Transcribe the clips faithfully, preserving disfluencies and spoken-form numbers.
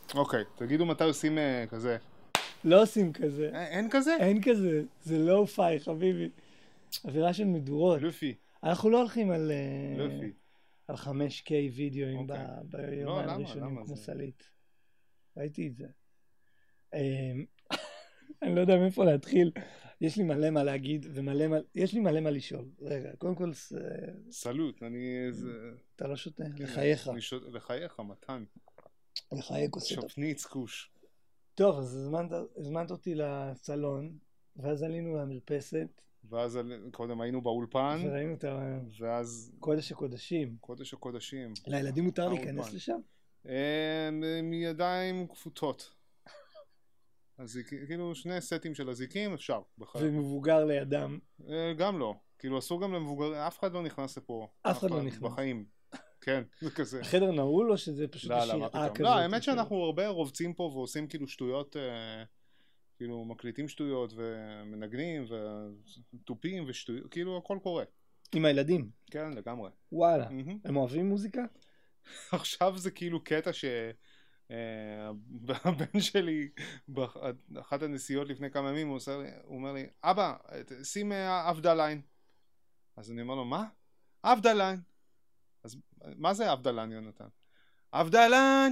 אוקיי, תגידו מתי עושים כזה. לא עושים כזה. אין כזה? אין כזה, זה לא פיי, חביבי. אווירה של מדורות. לופי. אנחנו לא הולכים על... לופי. על חמש קיי וידאוים אוקיי. ביום לא, למה? הראשונים למה כמו זה? סלית. ראיתי את זה. אני לא יודע מאיפה להתחיל. יש לי מלא מה להגיד ומלא מה... יש לי מלא מה לשאול. רגע, קודם כל... סלוט, אני... אתה לא שותה? לחייך. לחייך, מתן. לחייך עושה טוב. שפניץ קוש. טוב, אז הזמנת, הזמנת אותי לסלון, ואז עלינו למרפסת. ואז קודם היינו באולפן. וראינו את ה... ואז... קודש הקודשים. קודש הקודשים. לילדים מותר להיכנס לשם? עם ידיים כפותות. אז כאילו שני סטים של הזיקים אפשר. ומבוגר לידם? גם לא. כאילו אסור גם למבוגר, אף אחד לא נכנס לפה. אף אחד לא נכנס. בחיים. כן, זה כזה. החדר נעול או שזה פשוט שירה כזאת? לא, האמת שאנחנו הרבה רובצים פה ועושים כאילו שטויות, כאילו מקליטים שטויות ומנגנים וטופים ושטויות, כאילו הכל קורה. עם הילדים? כן, לגמרי. וואלה. הם אוהבים מוזיקה? עכשיו זה כאילו קטע שהבן שלי, באחת הנסיעות לפני כמה ימים, הוא אומר לי, אבא, שים אבדליין. אז אני אומר לו, מה? אבדליין. אז מה זה אבדלן, יונתן? אבדלן!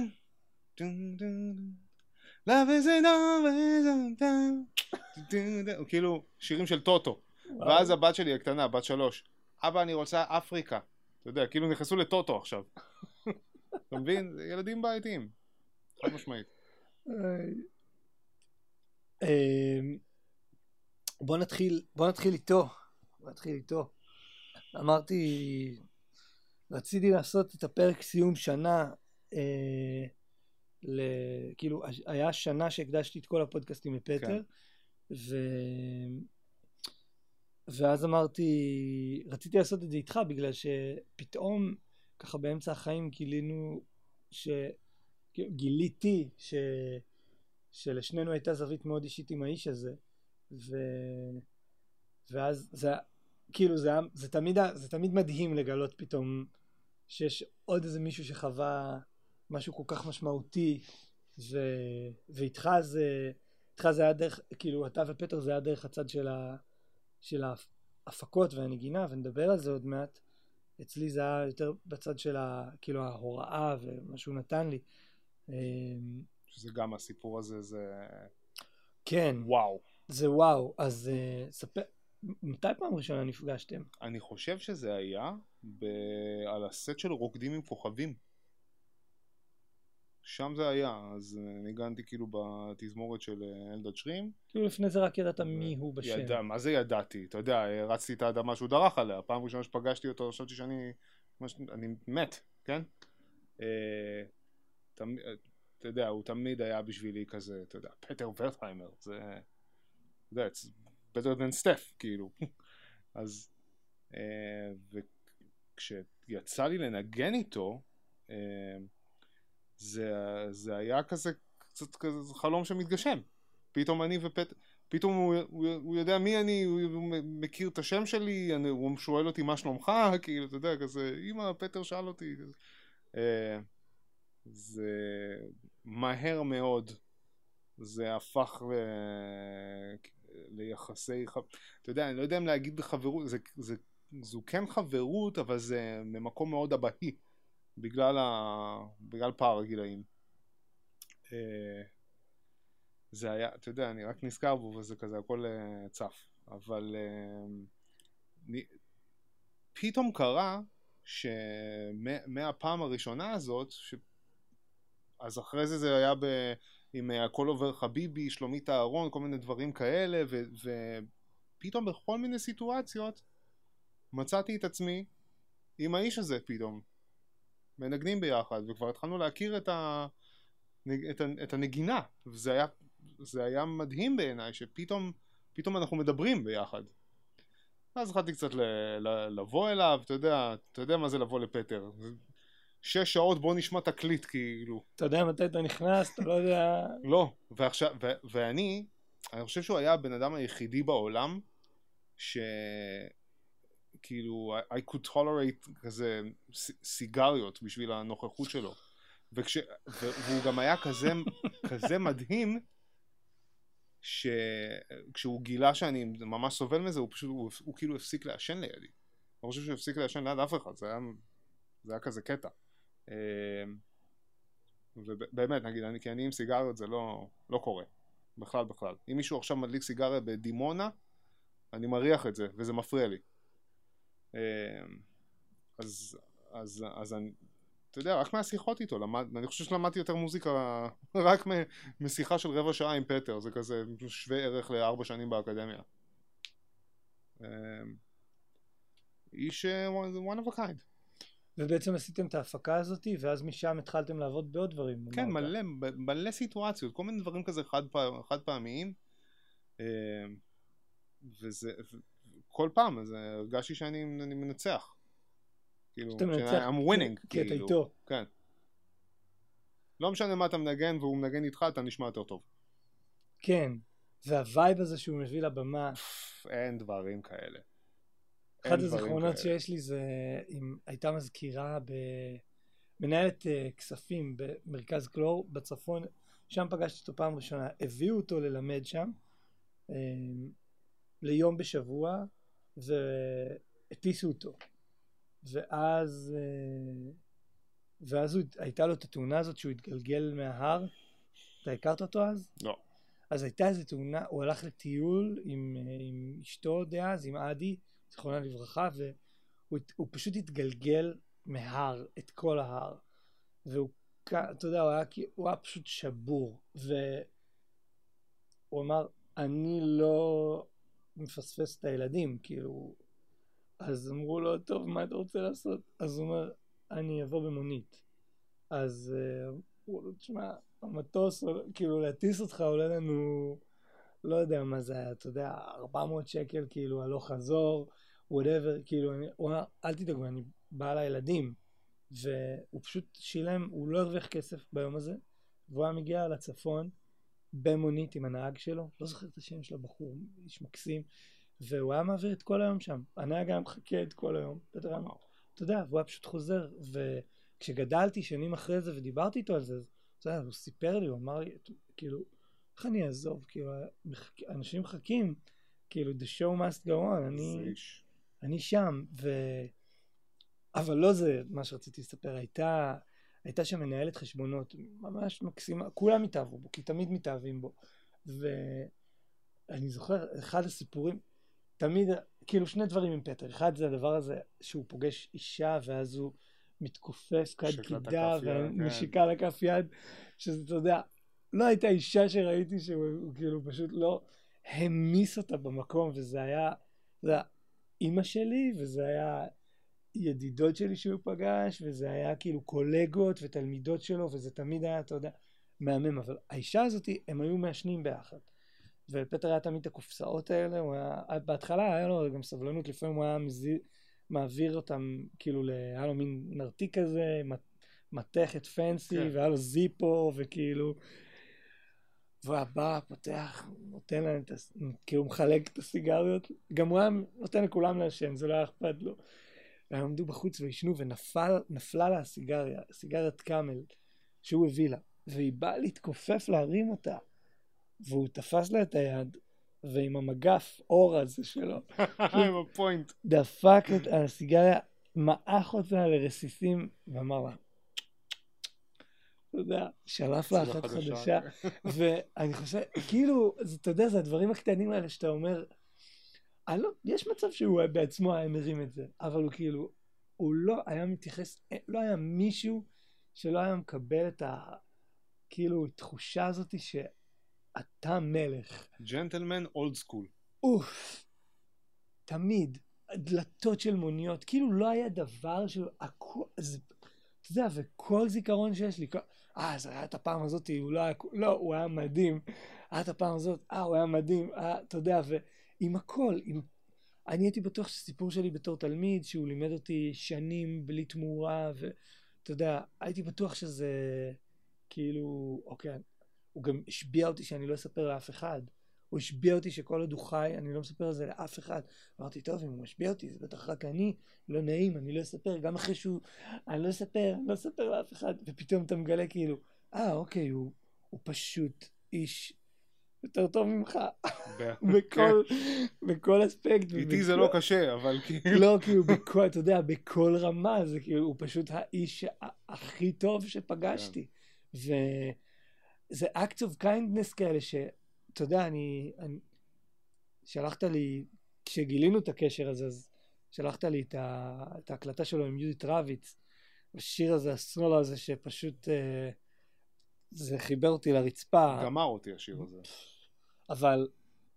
כאילו שירים של טוטו. ואז הבת שלי הקטנה, בת שלוש, אבא אני רוצה אפריקה. אתה יודע, כאילו נכנסו לטוטו עכשיו. אתה מבין? ילדים בעייתיים. חד משמעית. בוא נתחיל, בוא נתחיל איתו. בוא נתחיל איתו. אמרתי... רציתי לעשות את הפרק סיום שנה, אה, ל... כאילו, היה שנה שהקדשתי את כל הפודקאסטים לפטר, כן. ו... ואז אמרתי, רציתי לעשות את זה איתך, בגלל שפתאום, ככה באמצע החיים גילינו, ש... גיליתי ש... שלשנינו הייתה זווית מאוד אישית עם האיש הזה, ו... ואז זה... כאילו זה, זה, תמיד, זה תמיד מדהים לגלות פתאום שיש עוד איזה מישהו שחווה משהו כל כך משמעותי, ו, ואיתך זה, איתך זה היה דרך, כאילו אתה ופטר זה היה דרך הצד של, ה, של ההפקות והנגינה, ונדבר על זה עוד מעט. אצלי זה היה יותר בצד של ה, כאילו ההוראה ומה שהוא נתן לי. שזה גם הסיפור הזה, זה... כן. וואו. זה וואו. אז ספר... מתי פעם ראשונה נפגשתם? אני חושב שזה היה ב... על הסט של רוקדים עם כוכבים. שם זה היה, אז ניגנתי כאילו בתזמורת של אלדד שרים. כאילו לפני זה רק ידעת מי הוא בשם. ידע, מה זה ידעתי? אתה יודע, רצתי את האדמה שהוא דרך עליה. פעם ראשונה שפגשתי אותו, חשבתי שאני אני מת, כן? תמיד, אתה יודע, הוא תמיד היה בשבילי כזה, אתה יודע, פטר ורטהיימר, זה... אתה יודע, it's better than Steph, כאילו. אז, וכשיצא לי לנגן איתו, זה, זה היה כזה, קצת כזה חלום שמתגשם. פתאום אני ופטר, פתאום הוא, הוא, הוא יודע מי אני, הוא מכיר את השם שלי, אני, הוא שואל אותי מה שלומך, כאילו, אתה יודע, כזה, אמא, פטר שאל אותי. זה מהר מאוד, זה הפך ל... ליחסי, אתה יודע, אני לא יודע אם להגיד חברות, זה, זה, זו כן חברות, אבל זה ממקום מאוד אבהי, בגלל, ה... בגלל פער הגילאים. זה היה, אתה יודע, אני רק נזכר בו, וזה כזה, הכל צף. אבל פתאום קרה, שמהפעם הראשונה הזאת, ש... אז אחרי זה זה היה ב... עם הכל עובר חביבי, שלומית הארון, כל מיני דברים כאלה, ו... ופתאום בכל מיני סיטואציות, מצאתי את עצמי עם האיש הזה פתאום. מנגנים ביחד, וכבר התחלנו להכיר את, ה... את, ה... את הנגינה, וזה היה... זה היה מדהים בעיניי, שפתאום פתאום אנחנו מדברים ביחד. אז התחלתי קצת ל... ל... לבוא אליו, אתה יודע, אתה יודע מה זה לבוא לפטר. שש שעות בוא נשמע תקליט, כאילו. אתה יודע מתי אתה נכנס, אתה לא יודע... לא, ועכשיו, ו... ואני, אני חושב שהוא היה הבן אדם היחידי בעולם, ש... כאילו, I could tolerate כזה סיגריות בשביל הנוכחות שלו. וכש, והוא גם היה כזה, כזה מדהים, שכשהוא גילה שאני ממש סובל מזה, הוא פשוט, הוא, הוא כאילו הפסיק לעשן לידי. אני חושב שהוא הפסיק לעשן ליד אף אחד, זה היה, זה היה כזה קטע. ובאמת, נגיד, אני, כי אני עם סיגריות זה לא, לא קורה. בכלל, בכלל. אם מישהו עכשיו מדליק סיגריה בדימונה, אני מריח את זה, וזה מפריע לי. אז, אז, אז אני, אתה יודע, רק מהשיחות איתו, למד, אני חושב שלמדתי יותר מוזיקה רק משיחה של רבע שעה עם פטר, זה כזה שווה ערך לארבע שנים באקדמיה. איש one of a kind. ובעצם עשיתם את ההפקה הזאת, ואז משם התחלתם לעבוד בעוד דברים. כן, מלא, מלא סיטואציות, כל מיני דברים כזה חד, חד פעמיים, וזה, כל פעם, אז הרגשתי שאני אני מנצח. כאילו, I'm winning, כי אתה איתו. כן. לא משנה מה אתה מנגן, והוא מנגן איתך, אתה נשמע יותר טוב. כן, והווייב הזה שהוא מביא לבמה. אין דברים כאלה. אחד הזיכרונות שיש לי זה, אם הייתה מזכירה במנהלת כספים במרכז קלור בצפון, שם פגשתי אותו פעם ראשונה, הביאו אותו ללמד שם, ליום בשבוע, והטיסו אותו. ואז, ואז הייתה לו את התאונה הזאת שהוא התגלגל מההר. אתה הכרת אותו אז? לא. אז הייתה איזו תאונה, הוא הלך לטיול עם, עם אשתו דאז, עם עדי, זכרונה לברכה, והוא הוא פשוט התגלגל מההר, את כל ההר. והוא, אתה יודע, הוא היה, הוא היה פשוט שבור. והוא אמר, אני לא מפספס את הילדים, כאילו, אז אמרו לו, טוב, מה אתה רוצה לעשות? אז הוא אומר, אני אבוא במונית. אז uh, הוא אומר, תשמע, המטוס, כאילו, להטיס אותך עולה לנו, לא יודע מה זה היה, אתה יודע, ארבע מאות שקל, כאילו, הלוך חזור, whatever, כאילו, אני, הוא אומר, אל תדאגו, אני בא לילדים. והוא פשוט שילם, הוא לא הרוויח כסף ביום הזה, והוא היה מגיע לצפון, במונית עם הנהג שלו, לא זוכר את השם של הבחור, איש מקסים, והוא היה מעביר את כל היום שם. הנהג היה מחכה את כל היום. אתה יודע, והוא היה פשוט חוזר. וכשגדלתי שנים אחרי זה ודיברתי איתו על זה, אתה יודע, הוא סיפר לי, הוא אמר לי, כאילו, איך אני אעזוב? כאילו, אנשים מחכים, כאילו, the show must go on. אני, אני שם. ו... אבל לא זה מה שרציתי לספר. הייתה, הייתה שם מנהלת חשבונות, ממש מקסימה. כולם מתאהבו בו, כי תמיד מתאהבים בו. ואני זוכר, אחד הסיפורים, תמיד, כאילו שני דברים עם פטר. אחד זה הדבר הזה שהוא פוגש אישה ואז הוא מתכופף כד קידה ומשיקה לכף יד, שזה, אתה יודע, לא הייתה אישה שראיתי שהוא כאילו פשוט לא המיס אותה במקום, וזה היה, זה היה אמא שלי, וזה היה ידידות שלי שהוא פגש, וזה היה כאילו קולגות ותלמידות שלו, וזה תמיד היה, אתה יודע, מהמם. אבל האישה הזאת, הם היו מעשנים ביחד. ופטר היה תמיד את הקופסאות האלה, הוא היה, בהתחלה היה לו גם סבלנות, לפעמים הוא היה מזיר, מעביר אותם, כאילו, היה לו מין נרתיק כזה, מתכת פנסי, כן. והיה לו זיפו, וכאילו, והבא, פותח, נותן להם, כאילו, הוא מחלק את הסיגריות, גם הוא היה נותן לכולם לעשן, זה לא היה אכפת לו. והם עמדו בחוץ וישנו, ונפלה לה הסיגריה, סיגריית קאמל, שהוא הביא לה, והיא באה להתכופף להרים אותה, והוא תפס לה את היד, ועם המגף אור הזה שלו, עם הפוינט, דפק את הסיגריה, מעך אותה לרסיסים, ואמר לה, אתה יודע, שלף לה אחת חדשה, ואני חושב, כאילו, אתה יודע, זה הדברים הקטנים האלה שאתה אומר, לא, יש מצב שהוא בעצמו היה מרים את זה, אבל הוא כאילו, הוא לא היה מתייחס, לא היה מישהו שלא היה מקבל את ה, כאילו, תחושה הזאת ש... אתה מלך. ג'נטלמן אולד סקול. אוף. תמיד. דלתות של מוניות. כאילו לא היה דבר של... זה, אתה יודע, וכל זיכרון שיש לי... אה, זה היה את הפעם הזאת, הוא לא היה... לא, הוא היה מדהים. היה את הפעם הזאת, אה, הוא היה מדהים. אה, אתה יודע, ועם הכל, עם... אני הייתי בטוח שסיפור שלי בתור תלמיד, שהוא לימד אותי שנים בלי תמורה, ואתה יודע, הייתי בטוח שזה... כאילו, אוקיי... הוא גם השביע אותי שאני לא אספר לאף אחד. הוא השביע אותי שכל עוד הוא חי, אני לא מספר על זה לאף אחד. אמרתי, טוב, אם הוא משביע אותי, זה בטח רק אני, לא נעים, אני לא אספר, גם אחרי שהוא, אני לא אספר, אני לא אספר לאף אחד, ופתאום אתה מגלה כאילו, אה, אוקיי, הוא, הוא פשוט איש יותר טוב ממך, בכל, בכל אספקט. איתי זה לא קשה, אבל כאילו... לא, כאילו, בכל, אתה יודע, בכל רמה, זה כאילו, הוא פשוט האיש הכי טוב שפגשתי. וזה acts of kindness כאלה ש... אתה יודע, אני, אני... שלחת לי, כשגילינו את הקשר הזה, אז שלחת לי את, ה... את ההקלטה שלו עם יהודית רביץ, השיר הזה, הסולו הזה, שפשוט אה, זה חיבר אותי לרצפה. גמר אותי השיר הזה. אבל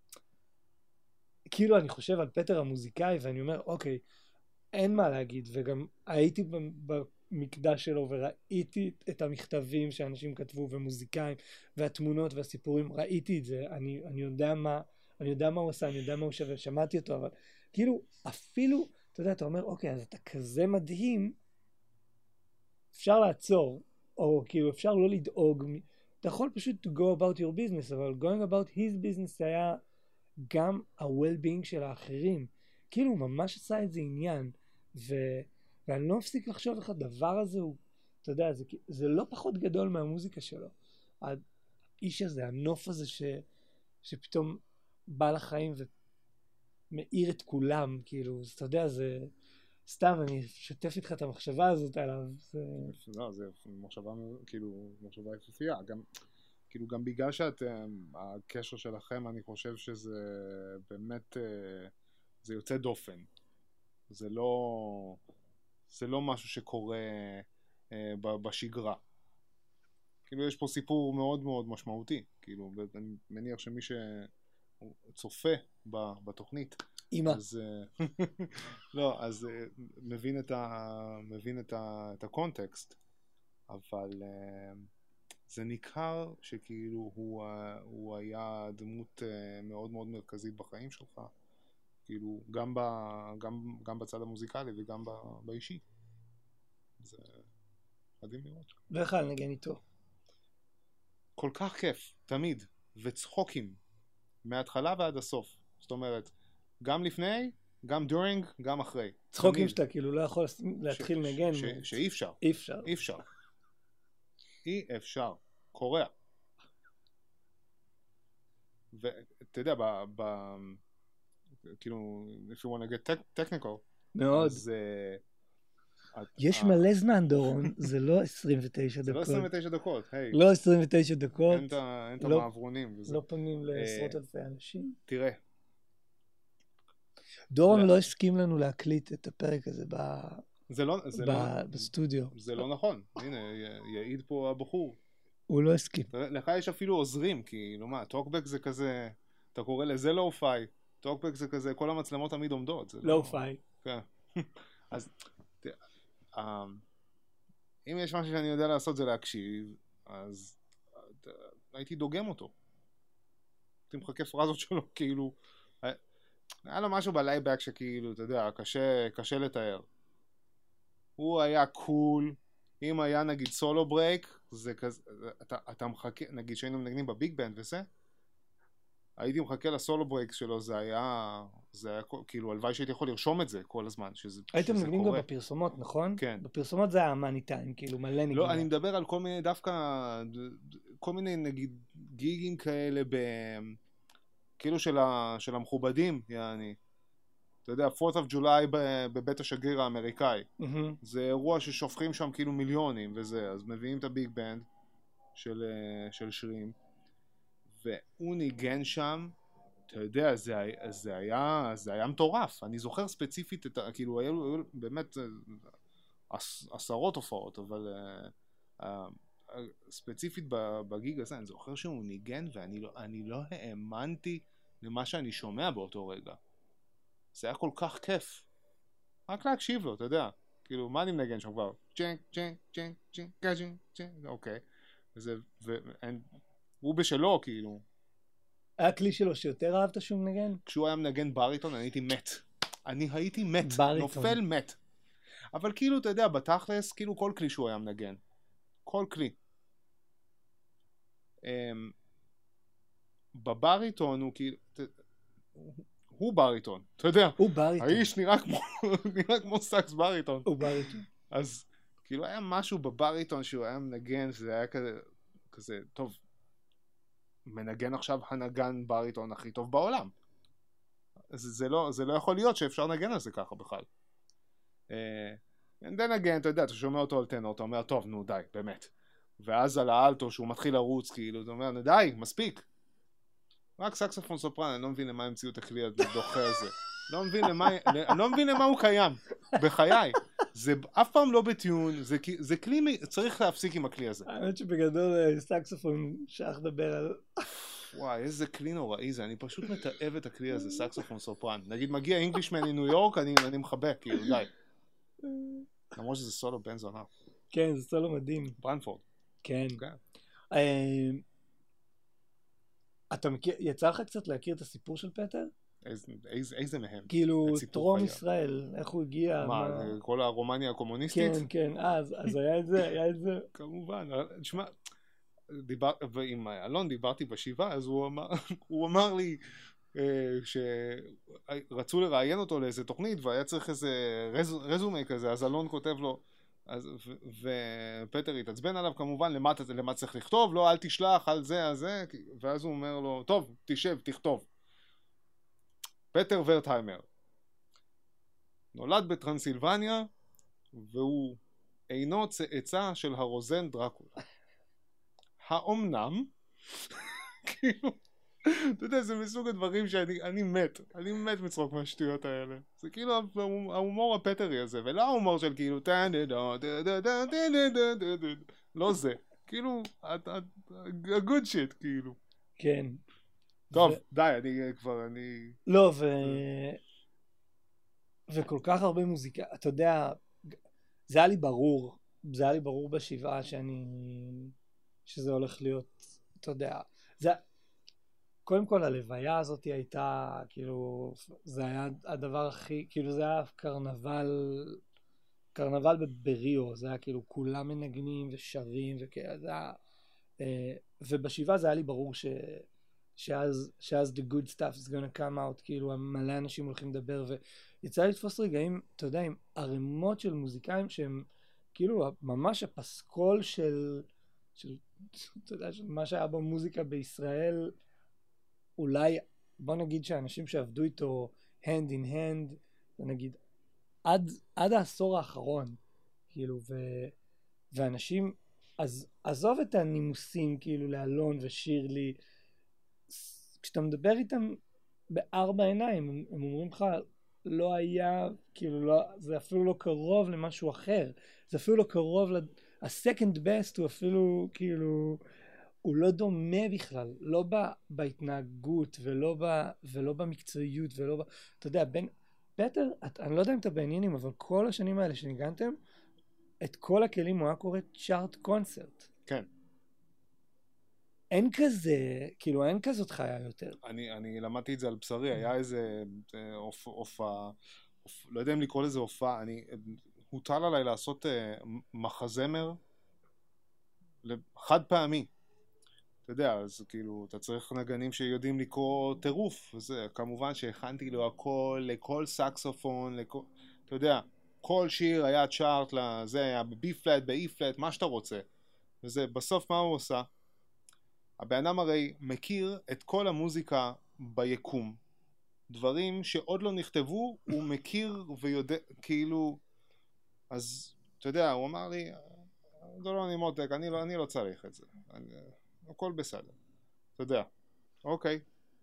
כאילו אני חושב על פטר המוזיקאי, ואני אומר, אוקיי, אין מה להגיד, וגם הייתי במקדש שלו, וראיתי את המכתבים שאנשים כתבו, ומוזיקאים, והתמונות והסיפורים, ראיתי את זה, אני, אני יודע מה, אני יודע מה הוא עשה, אני יודע מה הוא שווה, שמעתי אותו, אבל כאילו, אפילו, אתה יודע, אתה אומר, אוקיי, אז אתה כזה מדהים, אפשר לעצור, או כאילו, אפשר לא לדאוג, אתה יכול פשוט to go about your business, אבל going about his business היה גם ה-well-being של האחרים. כאילו, הוא ממש עשה את זה עניין, ו... ואני לא מפסיק לחשוב איך הדבר הזה הוא, אתה יודע, זה, זה לא פחות גדול מהמוזיקה שלו. האיש הזה, הנוף הזה ש... שפתאום בא לחיים ומאיר את כולם, כאילו, אז אתה יודע, זה... סתם, אני אשתף איתך את המחשבה הזאת עליו. זה... לא, זה מחשבה, כאילו, מחשבה יפהפייה. גם, כאילו, גם בגלל שאת, הקשר שלכם, אני חושב שזה באמת, זה יוצא דופן. זה לא, זה לא משהו שקורה בשגרה. כאילו, יש פה סיפור מאוד מאוד משמעותי. כאילו, אני מניח שמי שצופה בתוכנית, אמא. אז לא, אז מבין את ה מבין את ה את הקונטקסט, אבל זה ניכר שכאילו הוא הוא היה דמות מאוד מאוד מרכזית בחיים שלך, כאילו גם ב גם גם בצד המוזיקלי וגם באישי. זה מדהים לראות. ואיך לנגן איתו? כל כך כיף, תמיד, וצחוקים מההתחלה ועד הסוף. זאת אומרת, גם לפני, גם during, גם אחרי. צחוקים שאתה כאילו לא יכול להתחיל לנגן. שאי אפשר. אי אפשר. אי אפשר. אי אפשר. קורע. ואתה יודע, כאילו, if you want to get technical, מאוד. אז... יש מלא זמן, דורון, זה לא עשרים ותשע דקות. זה לא עשרים ותשע דקות, היי. לא עשרים ותשע דקות. אין את המעברונים. לא פונים לעשרות אלפי אנשים. תראה. דורון לא הסכים לנו להקליט את הפרק הזה בסטודיו. זה לא נכון. הנה, יעיד פה הבחור. הוא לא הסכים. לך יש אפילו עוזרים, כי, לא מה, טוקבק זה כזה, אתה קורא לזה לואו-פיי. טוקבק זה כזה, כל המצלמות תמיד עומדות. לואו-פיי. כן. אז... אם יש משהו שאני יודע לעשות זה להקשיב, אז הייתי דוגם אותו. הייתי מחכה פרזות שלו, כאילו, היה לו משהו בלייבק שכאילו, אתה יודע, קשה, קשה לתאר. הוא היה קול, אם היה נגיד סולו ברייק, זה כזה, אתה, אתה מחכה, נגיד שהיינו מנגנים בביג בנד וזה, הייתי מחכה לסולו ברייק שלו, זה היה, זה היה, כאילו, הלוואי שהייתי יכול לרשום את זה כל הזמן, שזה, הייתם מנגנים גם בפרסומות, נכון? כן. בפרסומות זה היה מאני טיים, כאילו, מלא נגינה. לא, אני מדבר על כל מיני, דווקא, כל מיני, נגיד, גיגים כאלה, ב, כאילו של, ה, של המכובדים, יעני. אתה יודע, fourth of July בבית השגריר האמריקאי. Mm-hmm. זה אירוע ששופכים שם כאילו מיליונים וזה, אז מביאים את הביג בנד של, של שרים. והוא ניגן שם, אתה יודע, זה, זה, היה, זה היה מטורף. אני זוכר ספציפית, את, כאילו, היו, היו באמת עשרות הופעות, אבל uh, uh, ספציפית בגיג הזה, אני זוכר שהוא ניגן, ואני לא, אני לא האמנתי למה שאני שומע באותו רגע. זה היה כל כך כיף. רק להקשיב לו, אתה יודע. כאילו, מה אני מנגן שם כבר? צ'נק, צ'נק, צ'נק, צ'נק, צ'נק, צ'נק, אוקיי. וזה, והוא בשלו, כאילו. היה כלי שלו שיותר אהבת שהוא מנגן? כשהוא היה מנגן בריטון, אני הייתי מת. אני הייתי מת. בריטון. נופל מת. אבל כאילו, אתה יודע, בתכלס, כאילו כל כלי שהוא היה מנגן. כל כלי. בבריטון הוא כאילו, הוא בריטון, אתה יודע. הוא בריטון. האיש נראה כמו, נראה כמו סקס בריטון. הוא בריטון. אז כאילו היה משהו בבריטון שהוא היה מנגן, שזה היה כזה, כזה, טוב, מנגן עכשיו הנגן בריטון הכי טוב בעולם. אז זה לא, זה לא יכול להיות שאפשר לנגן על זה ככה בכלל. די נגן, אתה יודע, אתה שומע אותו על טנור, אתה אומר, טוב, נו, די, באמת. ואז על האלטו שהוא מתחיל לרוץ, כאילו, אתה אומר, די, מספיק. רק סקסופון סופרן, אני לא מבין למה המציאו את הכלי הדוחה הזה. לא מבין למה, אני לא מבין למה הוא קיים, בחיי. זה אף פעם לא בטיון, זה, זה כלי, צריך להפסיק עם הכלי הזה. האמת שבגדול סקסופון שייך לדבר על... וואי, איזה כלי נוראי זה, אני פשוט מתאהב את הכלי הזה, סקסופון סופרן. נגיד, מגיע אינגלישמן מניו יורק, אני, אני מחבק, כאילו, די. למרות שזה סולו בן זונה. כן, זה סולו מדהים. ברנפורד. כן. Okay. אתה מכיר, יצא לך קצת להכיר את הסיפור של פטר? איזה, איזה, איזה מהם? כאילו, טרום ישראל, איך הוא הגיע? מה, מה... כל הרומניה הקומוניסטית? כן, כן, אז, אז היה את זה, היה את זה. כמובן, תשמע, דיבר, ועם אלון דיברתי בשבעה, אז הוא אמר, הוא אמר לי שרצו לראיין אותו לאיזה תוכנית, והיה צריך איזה רז, רזומי כזה, אז אלון כותב לו, אז, ו, ופטר התעצבן עליו כמובן, למה, למה צריך לכתוב? לא, אל תשלח, על זה, על זה, ואז הוא אומר לו, טוב, תשב, תכתוב. פטר ורטהיימר נולד בטרנסילבניה, והוא אינו צאצא של הרוזן דרקולה. האומנם? כאילו, אתה יודע, זה מסוג הדברים שאני אני מת, אני מת מצחוק מהשטויות האלה. זה כאילו ההומור הפטרי הזה, ולא ההומור של כאילו לא זה, כאילו ה-good shit כאילו. כן. טוב, די, אני כבר, אני... לא, ו... וכל כך הרבה מוזיקה, אתה יודע, זה היה לי ברור, זה היה לי ברור בשבעה שאני, שזה הולך להיות, אתה יודע, זה, קודם כל הלוויה הזאת הייתה, כאילו, זה היה הדבר הכי, כאילו זה היה קרנבל, קרנבל בריו, זה היה כאילו כולם מנגנים ושרים וכאלה, זה היה, ובשבעה זה היה לי ברור ש... שאז, שאז the good stuff is gonna come out, כאילו מלא אנשים הולכים לדבר, ויצא לי לתפוס רגעים, אתה יודע, עם ערימות של מוזיקאים שהם כאילו ממש הפסקול של, של, אתה יודע, של מה שהיה במוזיקה בישראל, אולי, בוא נגיד שאנשים שעבדו איתו hand in hand, נגיד, עד, עד העשור האחרון, כאילו, ו, ואנשים, אז עזוב את הנימוסים, כאילו, לאלון ושירלי, כשאתה מדבר איתם בארבע עיניים, הם, הם אומרים לך, לא היה, כאילו, לא, זה אפילו לא קרוב למשהו אחר, זה אפילו לא קרוב, ה-second best הוא אפילו, כאילו, הוא לא דומה בכלל, לא ב, בהתנהגות, ולא, ב, ולא במקצועיות, ולא ב... אתה יודע, בין... פטר, את, אני לא יודע אם אתה בעניינים, אבל כל השנים האלה שניגנתם, את כל הכלים הוא היה קורא צ'ארט קונצרט. כן. אין כזה, כאילו אין כזאת חיה יותר. אני, אני למדתי את זה על בשרי, היה איזה הופעה, לא יודע אם לקרוא לזה הופעה, אני, הוטל עליי לעשות uh, מחזמר חד פעמי. אתה יודע, אז כאילו, אתה צריך נגנים שיודעים לקרוא טירוף, וזה, כמובן שהכנתי לו הכל, לכל סקסופון, לכל, אתה יודע, כל שיר היה צ'ארט לזה, היה ב-B פלט, ב-E פלט, מה שאתה רוצה. וזה, בסוף מה הוא עושה? הבן אדם הרי מכיר את כל המוזיקה ביקום. דברים שעוד לא נכתבו, הוא מכיר ויודע, כאילו, אז, אתה יודע, הוא אמר לי, זה לא נימותק, אני לא, אני לא צריך את זה. אני, הכל בסדר. אתה יודע, אוקיי.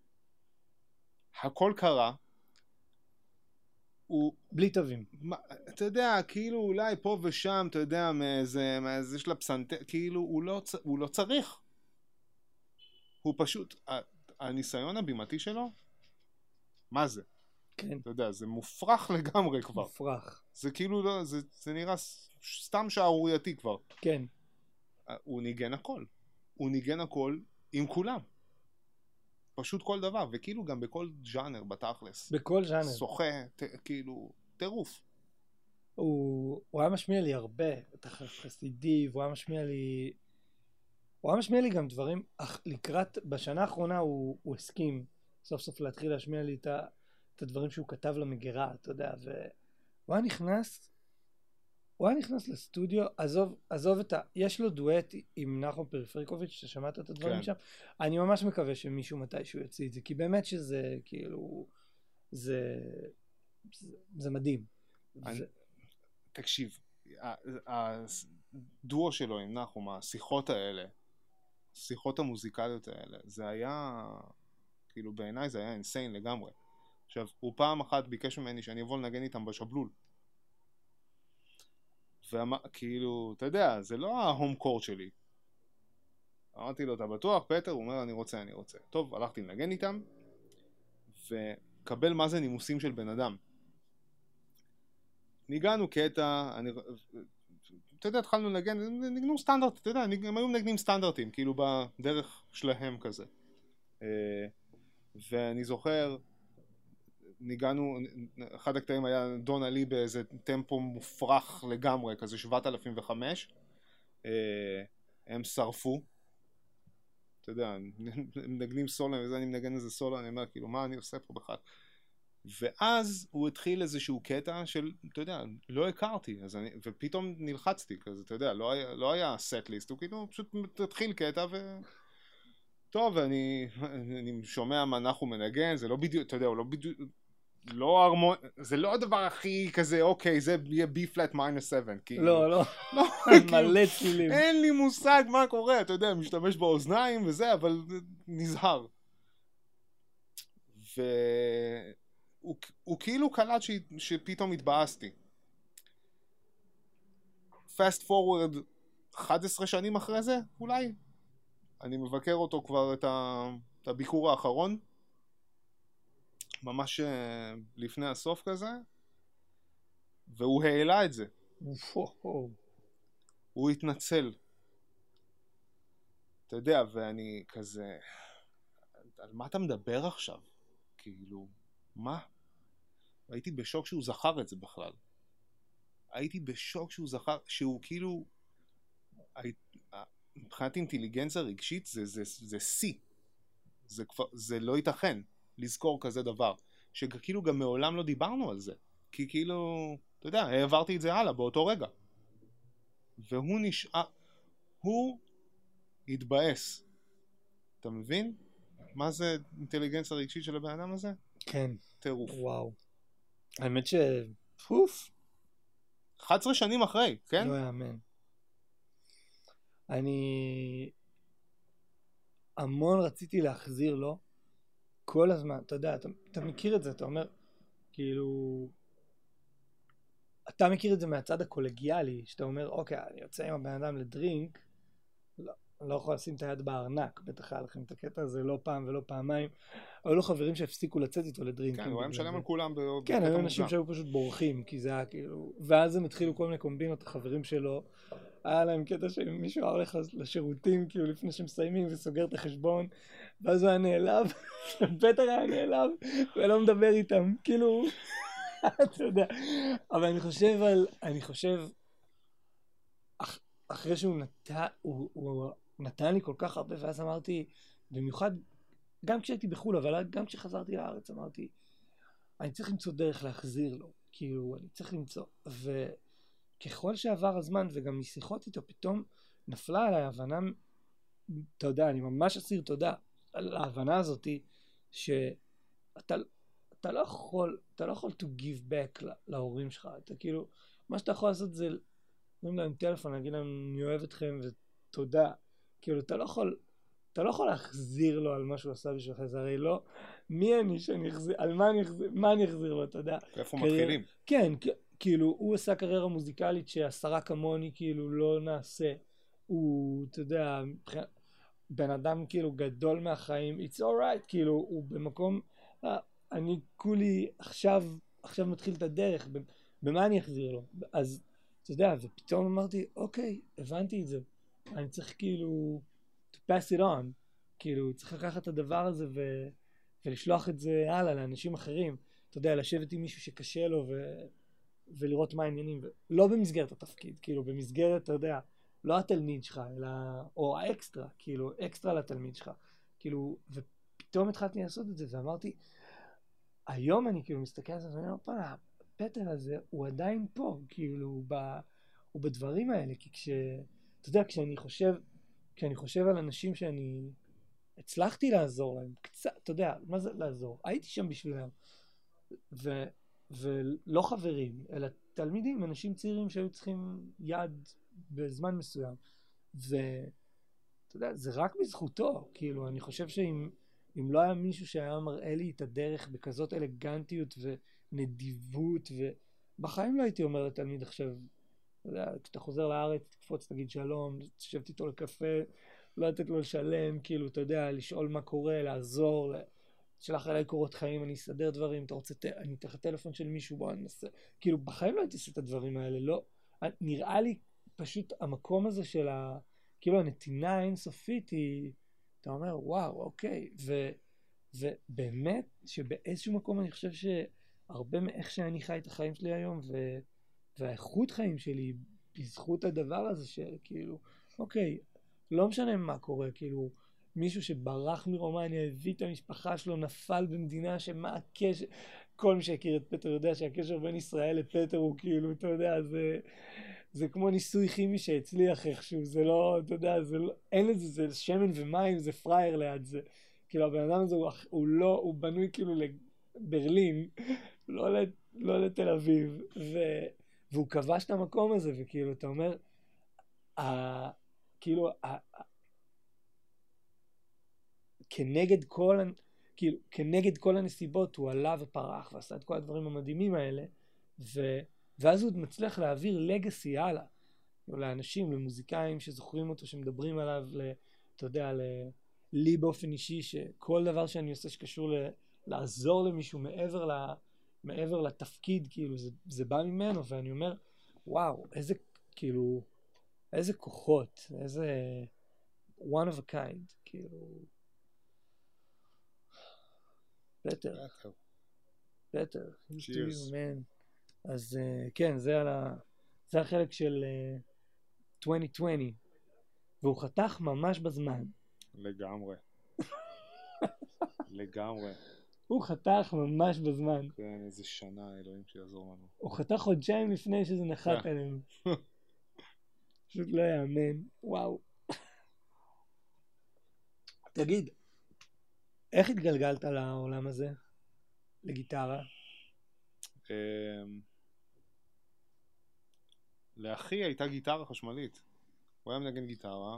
הכל קרה, הוא... בלי טובים. מה, אתה יודע, כאילו אולי פה ושם, אתה יודע, מאיזה, מאיזה של הפסנתר, כאילו הוא לא, הוא לא צריך. הוא פשוט, הניסיון הבימתי שלו, מה זה? כן. אתה יודע, זה מופרך לגמרי כבר. מופרך. זה כאילו, לא, זה, זה נראה סתם שערורייתי כבר. כן. הוא ניגן הכל. הוא ניגן הכל עם כולם. פשוט כל דבר, וכאילו גם בכל ז'אנר בתכלס. בכל ז'אנר. שוחה, ת, כאילו, טירוף. הוא, הוא היה משמיע לי הרבה, את החסידי, והוא היה משמיע לי, הוא היה משמיע לי גם דברים, אך לקראת, בשנה האחרונה הוא, הוא הסכים סוף סוף להתחיל להשמיע לי את, ה, את הדברים שהוא כתב למגירה, אתה יודע, והוא היה נכנס, הוא היה נכנס לסטודיו, עזוב, עזוב את ה... יש לו דואט עם נחום פריפריקוביץ', ששמעת את הדברים כן. שם? אני ממש מקווה שמישהו מתישהו יוציא את זה, כי באמת שזה, כאילו, זה, זה, זה מדהים. אני, זה... תקשיב, הדואו שלו עם נחום, השיחות האלה, השיחות המוזיקליות האלה, זה היה, כאילו בעיניי זה היה אינסיין לגמרי. עכשיו, הוא פעם אחת ביקש ממני שאני אבוא לנגן איתם בשבלול. וכאילו, אתה יודע, זה לא ההום קורט שלי. אמרתי לו, אתה בטוח, פטר? הוא אומר, אני רוצה, אני רוצה. טוב, הלכתי לנגן איתם, וקבל מה זה נימוסים של בן אדם. ניגענו קטע, אני... אתה יודע, התחלנו לנגן, נגנו סטנדרט, אתה יודע, הם היו מנגנים סטנדרטים, כאילו בדרך שלהם כזה. ואני זוכר, ניגענו, אחד הקטעים היה דון עלי באיזה טמפו מופרך לגמרי, כזה שבעת אלפים וחמש. הם שרפו. אתה יודע, הם מנגנים סולו, וזה אני מנגן איזה סולו, אני אומר, כאילו, מה אני עושה פה בכלל? ואז הוא התחיל איזשהו קטע של, אתה יודע, לא הכרתי, אז אני, ופתאום נלחצתי כזה, אתה יודע, לא היה, לא היה סט ליסט, הוא כאילו פשוט התחיל קטע ו... טוב, אני, אני שומע מה אנחנו מנגן, זה לא בדיוק, אתה יודע, הוא לא בדיוק, לא הרמון, זה לא הדבר הכי כזה, אוקיי, זה יהיה בי פלט מיינוס שבע, כאילו. לא, לא, מלא צלילים. אין לי מושג מה קורה, אתה יודע, משתמש באוזניים וזה, אבל נזהר. ו... הוא, הוא כאילו קלט ש, שפתאום התבאסתי. fast forward אחת עשרה שנים אחרי זה, אולי. אני מבקר אותו כבר את, ה, את הביקור האחרון. ממש לפני הסוף כזה. והוא העלה את זה. הוא התנצל. אתה יודע, ואני כזה... על מה אתה מדבר עכשיו? כאילו, מה? הייתי בשוק שהוא זכר את זה בכלל. הייתי בשוק שהוא זכר, שהוא כאילו, מבחינת אינטליגנציה רגשית, זה, זה, זה C. זה, כבר, זה לא ייתכן לזכור כזה דבר. שכאילו גם מעולם לא דיברנו על זה. כי כאילו, אתה יודע, העברתי את זה הלאה באותו רגע. והוא נשאר, הוא התבאס. אתה מבין? מה זה אינטליגנציה רגשית של הבן אדם הזה? כן. טירוף. וואו. האמת ש... פוף. אחת עשרה שנים אחרי, כן? לא יאמן. אני... המון רציתי להחזיר לו כל הזמן. אתה יודע, אתה, אתה מכיר את זה, אתה אומר, כאילו... אתה מכיר את זה מהצד הקולגיאלי, שאתה אומר, אוקיי, אני יוצא עם הבן אדם לדרינק, לא, אני לא יכול לשים את היד בארנק, בטח היה לכם את הקטע הזה לא פעם ולא פעמיים, אבל לא חברים שהפסיקו לצאת איתו לדרינק. כן, הוא היה משלם על כולם. כן, היו אנשים שהיו פשוט בורחים, כי זה היה כאילו, ואז הם התחילו כל מיני קומבינות, החברים שלו, היה להם קטע שמישהו היה הולך לשירותים, כאילו לפני שמסיימים וסוגר את החשבון, ואז הוא היה נעלב, בטח היה נעלב, ולא מדבר איתם, כאילו, אתה יודע, אבל אני חושב על, אני חושב, אח, אחרי שהוא נתן, הוא, הוא נתן לי כל כך הרבה, ואז אמרתי, במיוחד, גם כשהייתי בחול, אבל גם כשחזרתי לארץ, אמרתי, אני צריך למצוא דרך להחזיר לו, כאילו, אני צריך למצוא, וככל שעבר הזמן, וגם משיחות איתו, פתאום נפלה עליי הבנה, אתה יודע, אני ממש אסיר תודה, על ההבנה הזאת, שאתה, אתה לא יכול, אתה לא יכול to give back להורים שלך, אתה כאילו, מה שאתה יכול לעשות זה, נותנים להם טלפון, להגיד להם, אני אוהב אתכם ותודה, כאילו, אתה לא יכול, אתה לא יכול להחזיר לו על מה שהוא עשה בשבילך, זה הרי לא, מי אני שאני אחזיר, על מה אני אחזיר, מה אני אחזיר לו, אתה יודע. איפה מתחילים? כן, כאילו, הוא עשה קריירה מוזיקלית שעשרה כמוני, כאילו, לא נעשה, הוא, אתה יודע, בן אדם כאילו גדול מהחיים, it's alright, כאילו, הוא במקום, אני כולי עכשיו, עכשיו מתחיל את הדרך, במה אני אחזיר לו? אז, אתה יודע, ופתאום אמרתי, אוקיי, הבנתי את זה, אני צריך כאילו, to pass it on, כאילו, צריך לקחת את הדבר הזה ו... ולשלוח את זה הלאה לאנשים אחרים, אתה יודע, לשבת עם מישהו שקשה לו ו... ולראות מה העניינים, לא במסגרת התפקיד, כאילו, במסגרת, אתה יודע, לא התלמיד שלך, אלא, או האקסטרה, כאילו, אקסטרה לתלמיד שלך. כאילו, ופתאום התחלתי לעשות את זה, ואמרתי, היום אני כאילו מסתכל על זה, ואני אומר, פעם, הפטר הזה הוא עדיין פה, כאילו, ב, הוא בדברים האלה, כי כש, אתה יודע, כשאני חושב, כשאני חושב על אנשים שאני הצלחתי לעזור להם, קצת, אתה יודע, מה זה לעזור? הייתי שם בשבילם, ו, ולא חברים, אלא תלמידים, אנשים צעירים שהיו צריכים יד בזמן מסוים, ואתה יודע, זה רק בזכותו, כאילו, אני חושב שאם אם לא היה מישהו שהיה מראה לי את הדרך בכזאת אלגנטיות ונדיבות, ובחיים לא הייתי אומר לתלמיד עכשיו, אתה יודע, כשאתה חוזר לארץ, תקפוץ, תגיד שלום, תשבת איתו לקפה, לא לתת לו לשלם, כאילו, אתה יודע, לשאול מה קורה, לעזור, שלח אליי קורות חיים, אני אסדר דברים, אתה רוצה, אני אתן לך טלפון של מישהו, בוא ננסה, כאילו, בחיים לא הייתי עושה את הדברים האלה, לא, נראה לי פשוט המקום הזה של ה, כאילו, הנתינה האינסופית היא, אתה אומר, וואו, אוקיי, ו, ובאמת שבאיזשהו מקום אני חושב שהרבה מאיך שאני חי את החיים שלי היום, ו, והאיכות חיים שלי, בזכות הדבר הזה שכאילו, אוקיי, לא משנה מה קורה, כאילו, מישהו שברח מרומניה, הביא את המשפחה שלו, נפל במדינה שמה הקשר, כל מי שהכיר את פטר יודע שהקשר בין ישראל לפטר הוא כאילו, אתה יודע, זה, זה כמו ניסוי כימי שהצליח איכשהו, זה לא, אתה יודע, זה לא, אין לזה, זה שמן ומים, זה פרייר ליד זה, כאילו הבן אדם הזה הוא, הוא לא, הוא בנוי כאילו לברלין, לא, לת, לא לתל אביב, ו, והוא כבש את המקום הזה, וכאילו, אתה אומר, ה, כאילו, ה, כנגד כל, כאילו, כנגד כל הנסיבות הוא עלה ופרח ועשה את כל הדברים המדהימים האלה, ו, ואז הוא מצליח להעביר לגאסי הלאה, לאנשים, למוזיקאים שזוכרים אותו, שמדברים עליו, ל, אתה יודע, ל, לי באופן אישי, שכל דבר שאני עושה שקשור ל, לעזור למישהו מעבר, ל, מעבר לתפקיד, כאילו, זה, זה בא ממנו, ואני אומר, וואו, איזה, כאילו, איזה כוחות, איזה one of a kind, כאילו, פטר, פטר, cheers. אז uh, כן, זה, על ה... זה החלק של uh, עשרים עשרים, והוא חתך ממש בזמן. לגמרי. לגמרי. הוא חתך ממש בזמן. כן, איזה שנה, אלוהים שיעזור לנו. הוא חתך חודשיים לפני שזה נחת עלינו. פשוט לא יאמן, וואו. תגיד, איך התגלגלת לעולם הזה? לגיטרה? לאחי הייתה גיטרה חשמלית. הוא היה מנגן גיטרה,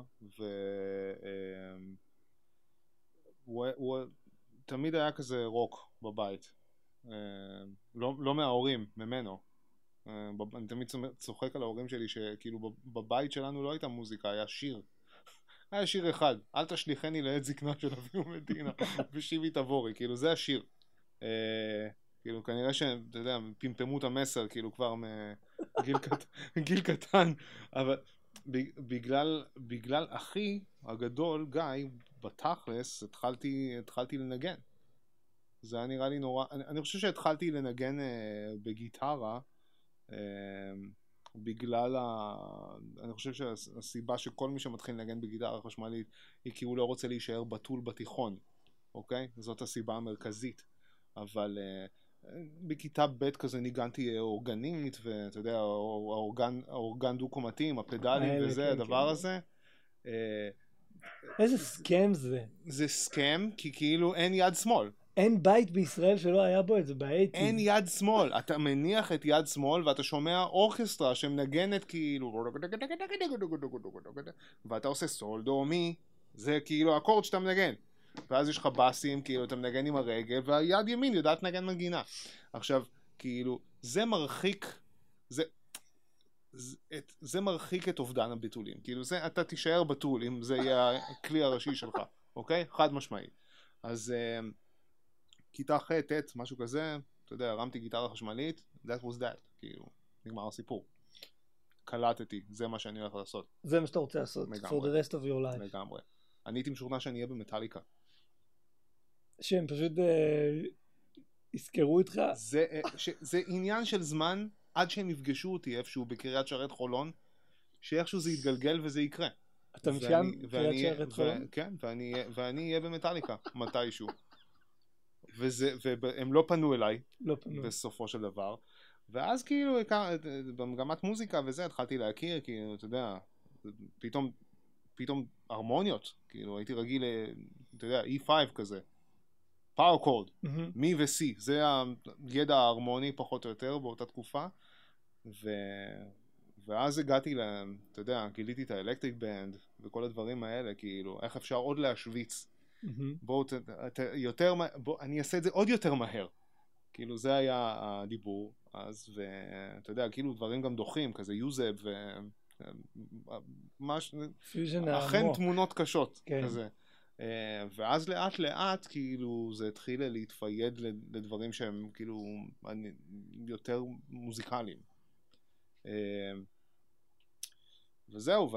והוא תמיד היה כזה רוק בבית. לא, לא מההורים, ממנו. אני תמיד צוחק על ההורים שלי שכאילו בבית שלנו לא הייתה מוזיקה, היה שיר. היה שיר אחד, אל תשליחני לעת זקנה של אבי ומדינה, ושיבי תבורי, כאילו זה השיר. כאילו כנראה שאתה יודע, פמפמו את המסר, כאילו כבר מגיל קטן, אבל בגלל, בגלל אחי הגדול, גיא, בתכלס, התחלתי, התחלתי לנגן. זה היה נראה לי נורא, אני, אני חושב שהתחלתי לנגן בגיטרה, בגלל ה... אני חושב שהסיבה שכל מי שמתחיל לנגן בגיטרה חשמלית היא כי הוא לא רוצה להישאר בטול בתיכון, אוקיי? זאת הסיבה המרכזית. אבל uh, בכיתה ב' כזה ניגנתי אורגנית, ואתה יודע, האורגן, האורגן דו-קומתי עם הפדלים וזה, כן, הדבר כן. הזה. Uh, איזה סקם זה? זה סקם, כי כאילו אין יד שמאל. אין בית בישראל שלא היה בו את זה באייטיז. אין יד שמאל. אתה מניח את יד שמאל ואתה שומע אורקסטרה שמנגנת כאילו, ואתה עושה סול דו מי, זה כאילו אקורד שאתה מנגן. ואז יש לך בסים, כאילו אתה מנגן עם הרגל, והיד ימין יודעת לנגן מנגינה. עכשיו, כאילו, זה מרחיק, זה, זה, זה מרחיק את אובדן הביטולים. כאילו, זה, אתה תישאר בטול אם זה יהיה הכלי הראשי שלך, אוקיי? חד משמעי. אז כיתה ח' ט', משהו כזה, אתה יודע, הרמתי גיטרה חשמלית, that was that, כאילו, נגמר הסיפור. קלטתי, זה מה שאני הולך לעשות. זה מה שאתה רוצה לעשות, for the rest of your life. לגמרי. אני הייתי משוכנע שאני אהיה במטליקה. שהם פשוט יזכרו איתך? זה, ש, זה עניין של זמן, עד שהם יפגשו אותי איפשהו בקריית שרת חולון, שאיכשהו זה יתגלגל וזה יקרה. אתה משם קריאת שערת חולון? כן, ואני אהיה במטאליקה מתישהו. והם לא פנו אליי, לא פנו. בסופו של דבר. ואז כאילו, במגמת מוזיקה וזה, התחלתי להכיר, כאילו, אתה יודע, פתאום, פתאום הרמוניות, כאילו, הייתי רגיל, אתה יודע, אי פייב כזה. פאור קורד, מי וסי, זה הידע ההרמוני פחות או יותר באותה תקופה, ו... ואז הגעתי ל... אתה יודע, גיליתי את האלקטריק בנד וכל הדברים האלה, כאילו, איך אפשר עוד להשוויץ. בואו, ת... ת... יותר... בוא, אני אעשה את זה עוד יותר מהר. כאילו, זה היה הדיבור אז, ואתה יודע, כאילו, דברים גם דוחים, כזה יוזב ו... מש... אכן תמונות קשות, כן. כזה. ואז לאט לאט כאילו זה התחיל להתפייד לדברים שהם כאילו יותר מוזיקליים. וזהו,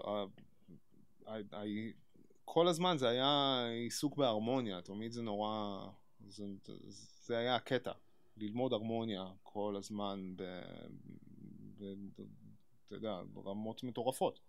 כל הזמן זה היה עיסוק בהרמוניה, תמיד זה נורא, זה היה הקטע, ללמוד הרמוניה כל הזמן אתה יודע, ברמות מטורפות.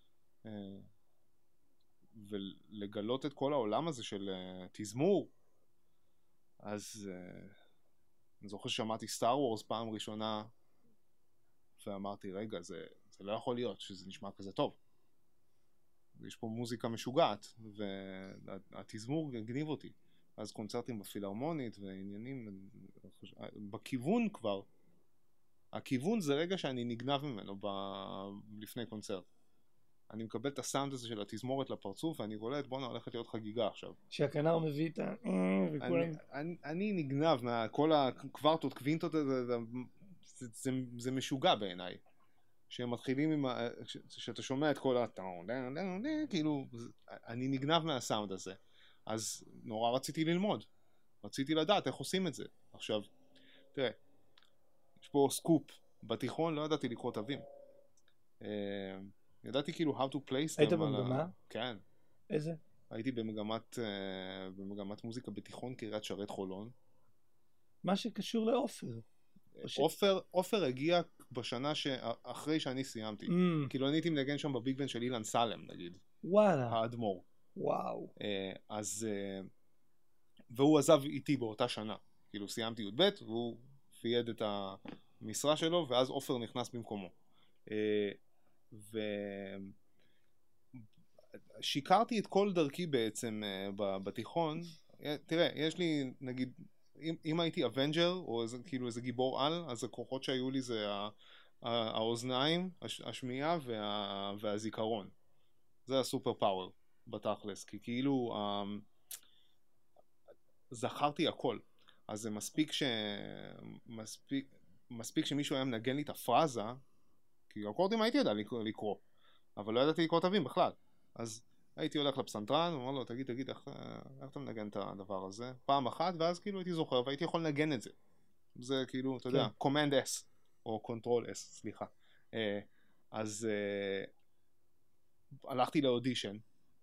ולגלות את כל העולם הזה של uh, תזמור. אז uh, אני זוכר ששמעתי סטאר וורס פעם ראשונה ואמרתי, רגע, זה, זה לא יכול להיות שזה נשמע כזה טוב. יש פה מוזיקה משוגעת והתזמור גניב אותי. אז קונצרטים בפילהרמונית ועניינים בכיוון כבר. הכיוון זה רגע שאני נגנב ממנו ב... לפני קונצרט. אני מקבל את הסאונד הזה של התזמורת לפרצוף, ואני קולט, בוא'נה, הולכת להיות חגיגה עכשיו. שהכנר מביא את ה... אני, אני, אני נגנב מכל הקוורטות, קווינטות, זה, זה, זה, זה משוגע בעיניי. שהם מתחילים עם ה... שאתה שומע את כל ה... כאילו, אני נגנב מהסאונד הזה. אז נורא רציתי ללמוד. רציתי לדעת איך עושים את זה. עכשיו, תראה, יש פה סקופ. בתיכון לא ידעתי לקרוא תווים. ידעתי כאילו how to place. היית במגמה? כן. איזה? הייתי במגמת, במגמת מוזיקה בתיכון קריית שערת חולון. מה שקשור לאופר. אופר, אופר הגיע בשנה שאחרי שאני סיימתי. Mm. כאילו אני הייתי מנגן שם בביג בן של אילן סלם, נגיד. וואלה. האדמור. וואו. אז, והוא עזב איתי באותה שנה. כאילו סיימתי י"ב, והוא פייד את המשרה שלו, ואז אופר נכנס במקומו. ושיקרתי את כל דרכי בעצם בתיכון. תראה, יש לי, נגיד, אם, אם הייתי אבנג'ר, או איזה, כאילו איזה גיבור על, אז הכוחות שהיו לי זה האוזניים, השמיעה וה, והזיכרון. זה הסופר פאוור בתכלס, כי כאילו זכרתי הכל. אז זה מספיק ש... מספיק, מספיק שמישהו היה מנגן לי את הפרזה, כי אקורדים הייתי יודע לקרוא, אבל לא ידעתי לקרוא תווים בכלל. אז הייתי הולך לפסנתרן, ואומר לו, תגיד, תגיד, איך, איך אתה מנגן את הדבר הזה? פעם אחת, ואז כאילו הייתי זוכר, והייתי יכול לנגן את זה. זה כאילו, אתה יודע, Command S, או Control S, סליחה. אז הלכתי לאודישן,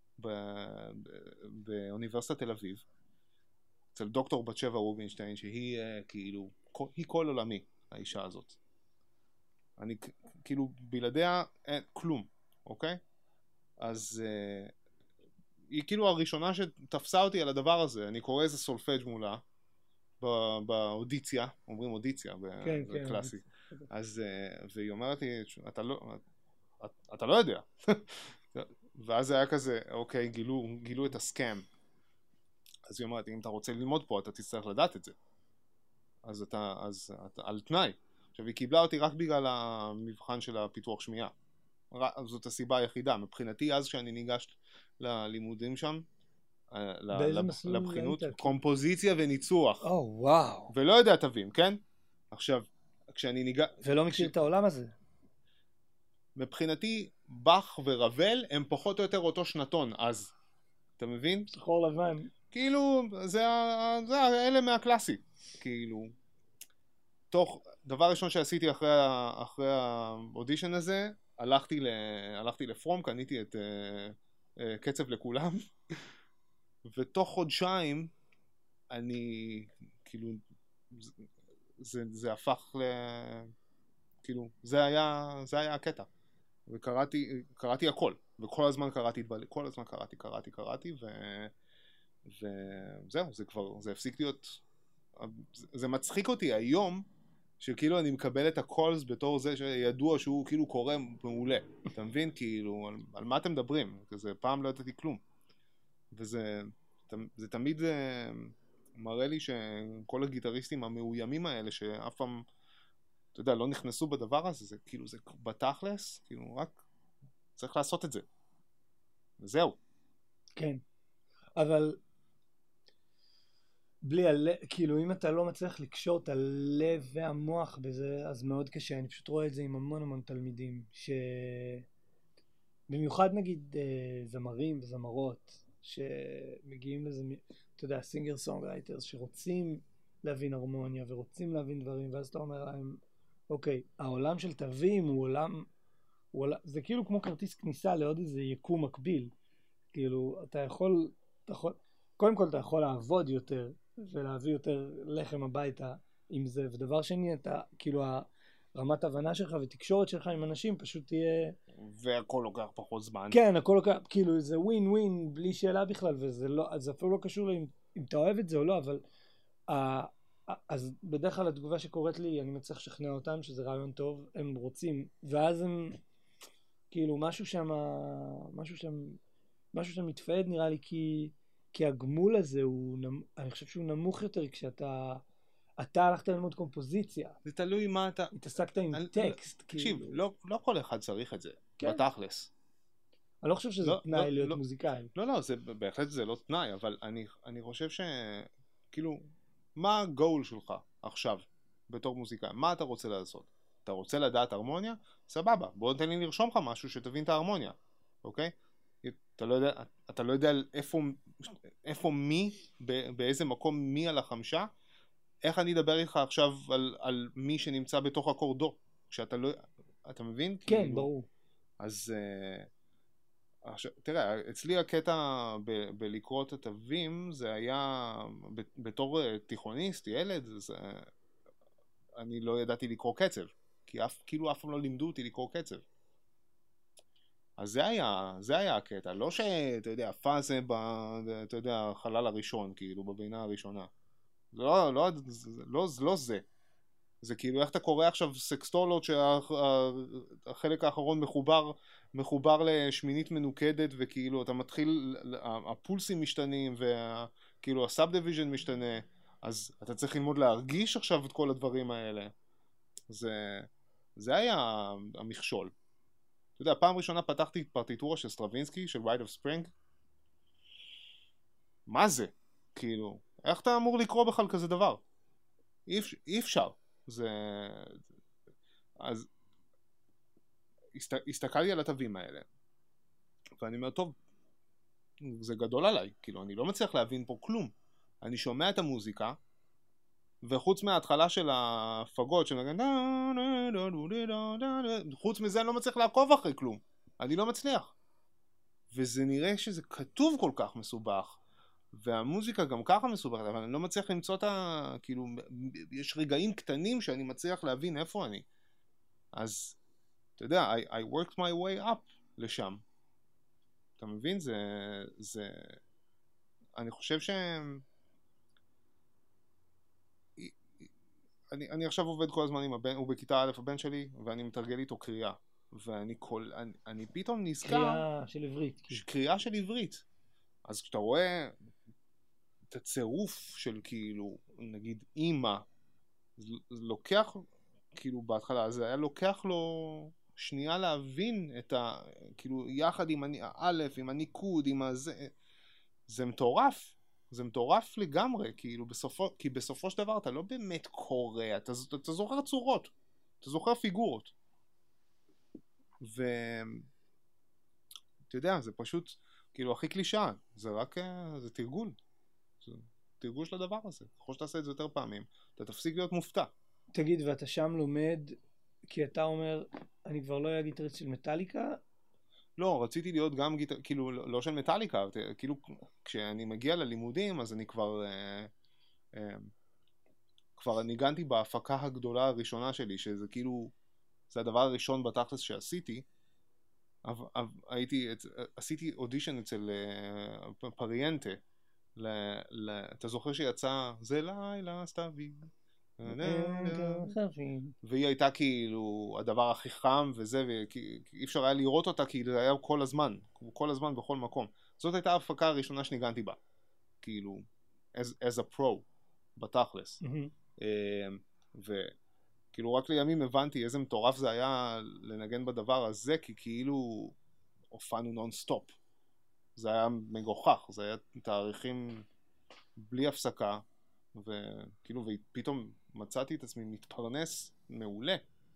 באוניברסיטת תל אביב, אצל דוקטור בת שבע רובינשטיין, שהיא כאילו, היא כל עולמי, האישה הזאת. אני כאילו בלעדיה אין כלום, אוקיי? אז uh, היא כאילו הראשונה שתפסה אותי על הדבר הזה. אני קורא איזה סולפג' מולה באודיציה, אומרים אודיציה, כן, זה כן, קלאסי. אז uh, והיא אומרת לי, אתה לא, אתה, אתה לא יודע. ואז זה היה כזה, אוקיי, גילו, גילו את הסקאם. אז היא אומרת, אם אתה רוצה ללמוד פה, אתה תצטרך לדעת את זה. אז אתה, אז אתה על תנאי. עכשיו, היא קיבלה אותי רק בגלל המבחן של הפיתוח שמיעה. זאת הסיבה היחידה. מבחינתי, אז כשאני ניגש ללימודים שם, לבחינות, קומפוזיציה וניצוח. או, וואו. ולא יודע תווים, כן? עכשיו, כשאני ניגש... ולא מכיר את העולם הזה. מבחינתי, באך ורבל הם פחות או יותר אותו שנתון, אז. אתה מבין? שחור לבן. כאילו, זה, זה אלה מהקלאסי. כאילו, תוך, דבר ראשון שעשיתי אחרי, אחרי האודישן הזה, הלכתי, ל, הלכתי לפרום, קניתי את uh, uh, קצב לכולם, ותוך חודשיים, אני, כאילו, זה, זה, זה הפך ל... כאילו, זה היה, זה היה הקטע. וקראתי, קראתי הכל, וכל הזמן קראתי, כל הזמן קראתי, קראתי, קראתי, ו... וזהו, זה כבר, זה הפסיק להיות, זה מצחיק אותי היום, שכאילו אני מקבל את הקולס בתור זה שידוע שהוא כאילו קורא מעולה, אתה מבין? כאילו, על, על מה אתם מדברים? כזה, פעם לא ידעתי כלום. וזה, זה תמיד מראה לי שכל הגיטריסטים המאוימים האלה, שאף פעם, אתה יודע, לא נכנסו בדבר הזה, זה כאילו, זה בתכלס, כאילו, רק צריך לעשות את זה. וזהו. כן. אבל בלי הלב, כאילו אם אתה לא מצליח לקשור את הלב והמוח בזה, אז מאוד קשה. אני פשוט רואה את זה עם המון המון תלמידים, שבמיוחד נגיד זמרים וזמרות, שמגיעים לזה, אתה יודע, סינגר סונגרייטרס, שרוצים להבין הרמוניה ורוצים להבין דברים, ואז אתה אומר להם, אוקיי, העולם של תווים הוא עולם, הוא עולם, זה כאילו כמו כרטיס כניסה לעוד איזה יקום מקביל. כאילו, אתה יכול, אתה יכול, קודם כל אתה יכול לעבוד יותר, ולהביא יותר לחם הביתה עם זה, ודבר שני, אתה, כאילו, הרמת הבנה שלך ותקשורת שלך עם אנשים פשוט תהיה... והכל לוקח פחות זמן. כן, הכל לוקח, כאילו, זה ווין ווין, בלי שאלה בכלל, וזה לא, זה אפילו לא קשור לאם, אם אתה אוהב את זה או לא, אבל, אה, אז בדרך כלל התגובה שקורית לי, אני מצליח לשכנע אותם שזה רעיון טוב, הם רוצים, ואז הם, כאילו, משהו שם, משהו שם, משהו שם מתפעד נראה לי, כי, כי הגמול הזה הוא, אני חושב שהוא נמוך יותר כשאתה, אתה הלכת ללמוד קומפוזיציה. זה תלוי מה אתה... התעסקת עם אני, טקסט. תקשיב, כאילו. לא, לא כל אחד צריך את זה, כן. בתכלס. אני לא חושב שזה לא, תנאי לא, להיות לא, מוזיקאי. לא, לא, זה, בהחלט זה לא תנאי, אבל אני, אני חושב ש... כאילו, מה הגול שלך עכשיו, בתור מוזיקאי? מה אתה רוצה לעשות? אתה רוצה לדעת הרמוניה? סבבה, בוא תן לי לרשום לך משהו שתבין את ההרמוניה, אוקיי? אתה לא יודע, אתה לא יודע איפה, איפה מי, באיזה מקום מי על החמשה, איך אני אדבר איתך עכשיו על, על מי שנמצא בתוך הקורדו, כשאתה לא, אתה מבין? כן, כאילו, ברור. אז, uh, עכשיו, תראה, אצלי הקטע ב, בלקרוא את התווים, זה היה, ב, בתור תיכוניסט, ילד, זה, אני לא ידעתי לקרוא קצב, כי אף, כאילו אף פעם לא לימדו אותי לקרוא קצב. אז זה היה, זה היה הקטע, לא שאתה יודע, פאזה ב, אתה יודע, חלל הראשון, כאילו, בבינה הראשונה. לא, לא, לא, לא זה. זה כאילו איך אתה קורא עכשיו סקסטולות שהחלק האחרון מחובר, מחובר לשמינית מנוקדת, וכאילו אתה מתחיל, הפולסים משתנים, וכאילו הסאב דיוויז'ן משתנה, אז אתה צריך ללמוד להרגיש עכשיו את כל הדברים האלה. זה, זה היה המכשול. אתה יודע, פעם ראשונה פתחתי פרטיטורה של סטרווינסקי, של Rite of Spring. מה זה? כאילו, איך אתה אמור לקרוא בכלל כזה דבר? אי, אי אפשר. זה... אז הסת... הסתכלתי על התווים האלה, ואני אומר, טוב, זה גדול עליי, כאילו, אני לא מצליח להבין פה כלום. אני שומע את המוזיקה, וחוץ מההתחלה של ההפגות, של... חוץ מזה אני לא מצליח לעקוב אחרי כלום. אני לא מצליח. וזה נראה שזה כתוב כל כך מסובך, והמוזיקה גם ככה מסובכת, אבל אני לא מצליח למצוא את ה... כאילו, יש רגעים קטנים שאני מצליח להבין איפה אני. אז, אתה יודע, I, I worked my way up לשם. אתה מבין? זה... זה... אני חושב ש... אני, אני עכשיו עובד כל הזמן עם הבן, הוא בכיתה א', הבן שלי, ואני מתרגל איתו קריאה. ואני כל... אני, אני פתאום נזכר... קריאה של עברית. ש... קריאה של עברית. אז כשאתה רואה את הצירוף של כאילו, נגיד אימא, זה לוקח, כאילו בהתחלה, זה היה לוקח לו שנייה להבין את ה... כאילו יחד עם האלף, עם הניקוד, עם הזה, זה מטורף. זה מטורף לגמרי, כאילו בסופו, כי בסופו של דבר אתה לא באמת קורא, אתה, אתה זוכר צורות, אתה זוכר פיגורות. ו... אתה יודע, זה פשוט, כאילו הכי קלישאה, זה רק, זה תרגול. זה תרגול של הדבר הזה. ככל שתעשה את זה יותר פעמים, אתה תפסיק להיות מופתע. תגיד, ואתה שם לומד, כי אתה אומר, אני כבר לא אהיה גיטריסט של מטליקה? לא, רציתי להיות גם גיטר, כאילו, לא של מטליקה, כאילו, כשאני מגיע ללימודים, אז אני כבר, אה, אה, כבר ניגנתי בהפקה הגדולה הראשונה שלי, שזה כאילו, זה הדבר הראשון בתכלס שעשיתי, הייתי, עשיתי אודישן אצל פריאנטה, אתה זוכר שיצא זה לילה סתיו, והיא הייתה כאילו הדבר הכי חם וזה, ואי אפשר היה לראות אותה כאילו זה היה כל הזמן, כל הזמן בכל מקום. זאת הייתה ההפקה הראשונה שניגנתי בה, כאילו as, as a pro בתכלס. וכאילו רק לימים הבנתי איזה מטורף זה היה לנגן בדבר הזה, כי כאילו הופענו נון-סטופ. זה היה מגוחך, זה היה תאריכים בלי הפסקה, וכאילו ופתאום מצאתי את עצמי מתפרנס מעולה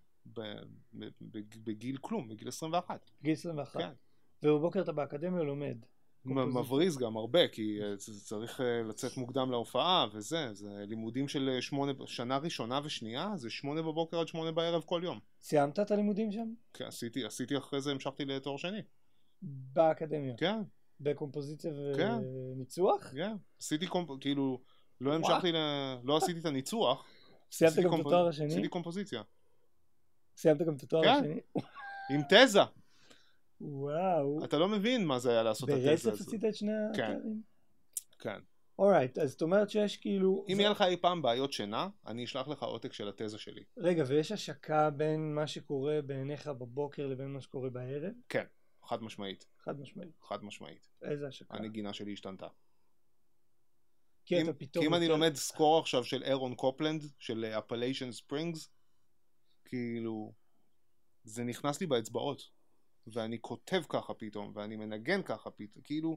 בגיל כלום, בגיל עשרים ואחת. בגיל עשרים ואחת. כן. ובבוקר אתה באקדמיה לומד. מבריז גם הרבה, כי צריך לצאת מוקדם להופעה, וזה, זה לימודים של שמונה, שנה ראשונה ושנייה, זה שמונה בבוקר עד שמונה בערב כל יום. סיימת את הלימודים שם? כן, עשיתי, עשיתי אחרי זה, המשכתי לתואר שני. באקדמיה? כן. בקומפוזיציה וניצוח? כן, עשיתי קומפ... כאילו, לא המשכתי, ל... לא עשיתי את הניצוח. סיימת גם את התואר השני? עשיתי קומפוזיציה. סיימת גם את התואר השני? עם תזה. וואו. אתה לא מבין מה זה היה לעשות את התזה. ברצף עשית את שני התארים? כן. אורייט, אז זאת אומרת שיש כאילו... אם יהיה לך אי פעם בעיות שינה, אני אשלח לך עותק של התזה שלי. רגע, ויש השקה בין מה שקורה בעיניך בבוקר לבין מה שקורה בערב? כן. חד משמעית. חד משמעית. חד משמעית. איזה השקה? הנגינה שלי השתנתה. כי אם, כי אם אני לומד סקור עכשיו של אירון קופלנד, של אפליישן ספרינגס, כאילו, זה נכנס לי באצבעות, ואני כותב ככה פתאום, ואני מנגן ככה פתאום, כאילו,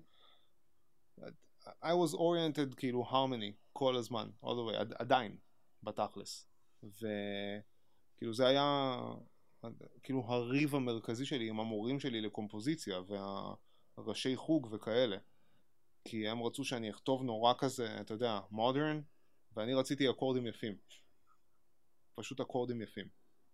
I was oriented כאילו harmony כל הזמן, all the way, עדיין, בתכלס. וכאילו זה היה... כאילו הריב המרכזי שלי עם המורים שלי לקומפוזיציה והראשי חוג וכאלה, כי הם רצו שאני אכתוב נורא כזה, אתה יודע, מודרן, ואני רציתי אקורדים יפים, פשוט אקורדים יפים.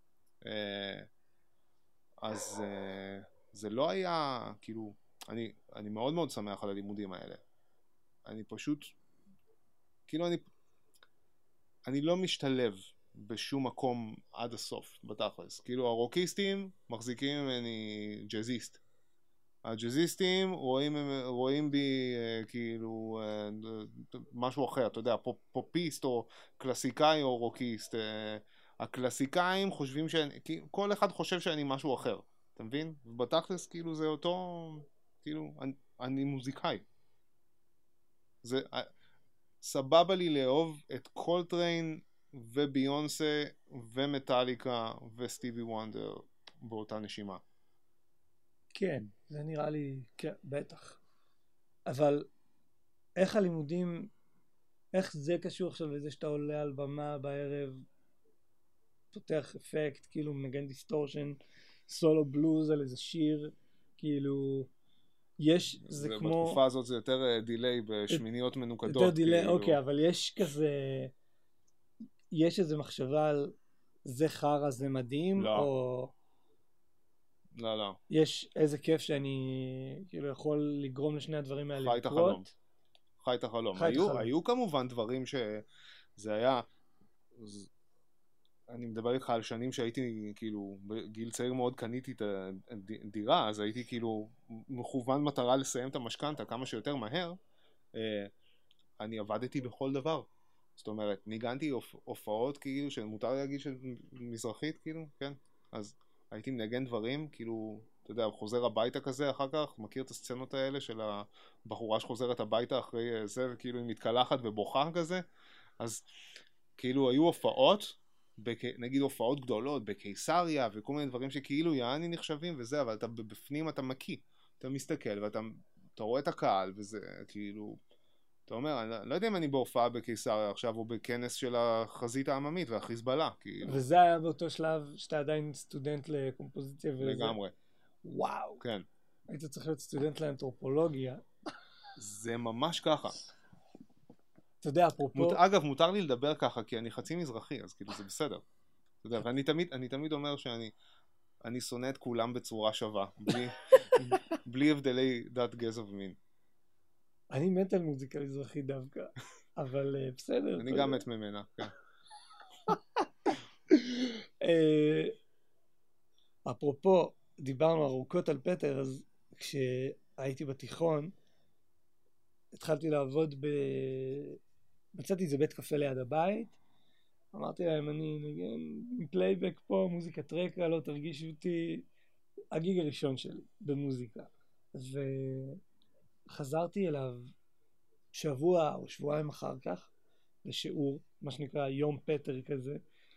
אז זה לא היה, כאילו, אני, אני מאוד מאוד שמח על הלימודים האלה. אני פשוט, כאילו אני, אני לא משתלב בשום מקום עד הסוף, בתכלס. כאילו הרוקיסטים מחזיקים ממני ג'אזיסט. הג'אזיסטים רואים, רואים בי אה, כאילו אה, משהו אחר, אתה יודע, פופ, פופיסט או קלאסיקאי או רוקיסט. אה, הקלאסיקאים חושבים שאני, כל אחד חושב שאני משהו אחר, אתה מבין? ובתכלס כאילו זה אותו, כאילו, אני, אני מוזיקאי. זה, סבבה לי לאהוב את קולטריין, וביונסה ומטליקה וסטיבי וונדר באותה נשימה. כן, זה נראה לי, כן, בטח. אבל איך הלימודים, איך זה קשור עכשיו לזה שאתה עולה על במה בערב, פותח אפקט, כאילו מנגן דיסטורשן, סולו בלוז על איזה שיר, כאילו יש, זה, זה כמו... בתקופה הזאת זה יותר דיליי בשמיניות מנוקדות. יותר דיליי, כאילו... אוקיי, אבל יש כזה... יש איזו מחשבה על זה חרא, זה מדהים, לא. או... לא, לא. יש איזה כיף שאני כאילו יכול לגרום לשני הדברים האלה לקרות. חי את החלום. חי את החלום. חי את היו, החלום. היו כמובן דברים שזה היה... אני מדבר איתך על שנים שהייתי כאילו, בגיל צעיר מאוד קניתי את הדירה, אז הייתי כאילו מכוון מטרה לסיים את המשכנתה כמה שיותר מהר. אני עבדתי בכל דבר. זאת אומרת, ניגנתי הופעות כאילו שמותר להגיד של מזרחית כאילו, כן? אז הייתי מנגן דברים, כאילו, אתה יודע, חוזר הביתה כזה אחר כך, מכיר את הסצנות האלה של הבחורה שחוזרת הביתה אחרי זה, וכאילו היא מתקלחת ובוכה כזה, אז כאילו היו הופעות, בק... נגיד הופעות גדולות בקיסריה וכל מיני דברים שכאילו יעני נחשבים וזה, אבל אתה בפנים אתה מקיא, אתה מסתכל ואתה אתה רואה את הקהל וזה כאילו... אתה אומר, אני לא יודע אם אני בהופעה בקיסריה עכשיו, או בכנס של החזית העממית והחיזבאללה, כאילו. וזה היה באותו שלב שאתה עדיין סטודנט לקומפוזיציה וזה? לגמרי. וואו. כן. היית צריך להיות סטודנט לאנתרופולוגיה. זה ממש ככה. אתה יודע, אפרופו... מות... אגב, מותר לי לדבר ככה, כי אני חצי מזרחי, אז כאילו זה בסדר. אתה יודע, ואני תמיד, אני תמיד אומר שאני, אני שונא את כולם בצורה שווה, בלי, בלי הבדלי דת, גזע ומין. אני מת על מוזיקה מזרחית דווקא, אבל בסדר. אני גם מת ממנה, כן. אפרופו, דיברנו ארוכות על פטר, אז כשהייתי בתיכון, התחלתי לעבוד ב... מצאתי איזה בית קפה ליד הבית, אמרתי להם, אני נגן עם פלייבק פה, מוזיקת רקע, לא תרגישו אותי, הגיג הראשון שלי במוזיקה. וחזרתי אליו שבוע או שבועיים אחר כך, לשיעור, מה שנקרא יום פטר כזה,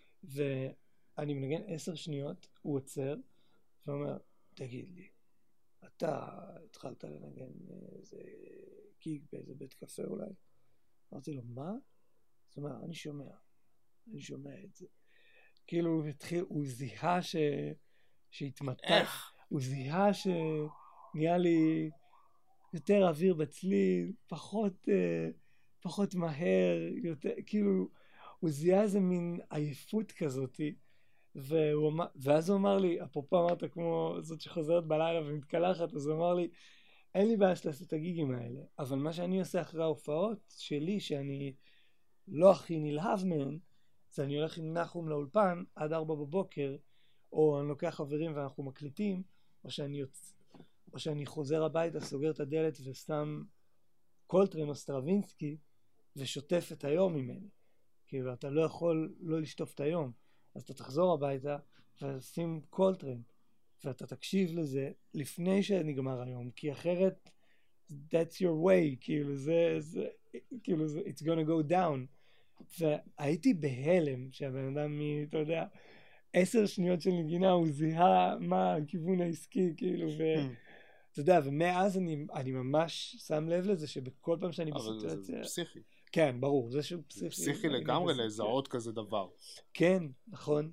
ואני מנגן עשר שניות, הוא עוצר, ואומר, תגיד לי, אתה התחלת לנגן איזה גיג באיזה בית קפה אולי? אמרתי לו, מה? זאת אומרת, אני שומע, אני שומע את זה. כאילו הוא התחיל, הוא זיהה ש... שהתמתח. איך? הוא זיהה שנהיה לי יותר אוויר בצליל, פחות, פחות מהר, יותר, כאילו, הוא זיהה איזה מין עייפות כזאת, והוא אמר, ואז הוא אמר לי, אפרופו אמרת כמו זאת שחוזרת בלילה ומתקלחת, אז הוא אמר לי, אין לי בעיה שתעשה את הגיגים האלה, אבל מה שאני עושה אחרי ההופעות שלי, שאני לא הכי נלהב מהן, אז אני הולך עם נחום לאולפן עד ארבע בבוקר, או אני לוקח חברים ואנחנו מקליטים, או שאני, יוצ... או שאני חוזר הביתה, סוגר את הדלת ושם קולטרן או סטרווינסקי, ושוטף את היום ממני. כאילו, אתה לא יכול לא לשטוף את היום. אז אתה תחזור הביתה ושים קולטרן, ואתה תקשיב לזה לפני שנגמר היום, כי אחרת, that's your way, כאילו זה, זה, כאילו זה, it's gonna go down. והייתי בהלם שהבן אדם, אתה יודע, עשר שניות של נגינה, הוא זיהה מה הכיוון העסקי, כאילו, ואתה יודע, ומאז אני, אני ממש שם לב לזה שבכל פעם שאני בסיטואציה... אבל זה פסיכי. כן, ברור, זה שהוא פסיכי. פסיכי לגמרי לזהות כזה דבר. כן, נכון.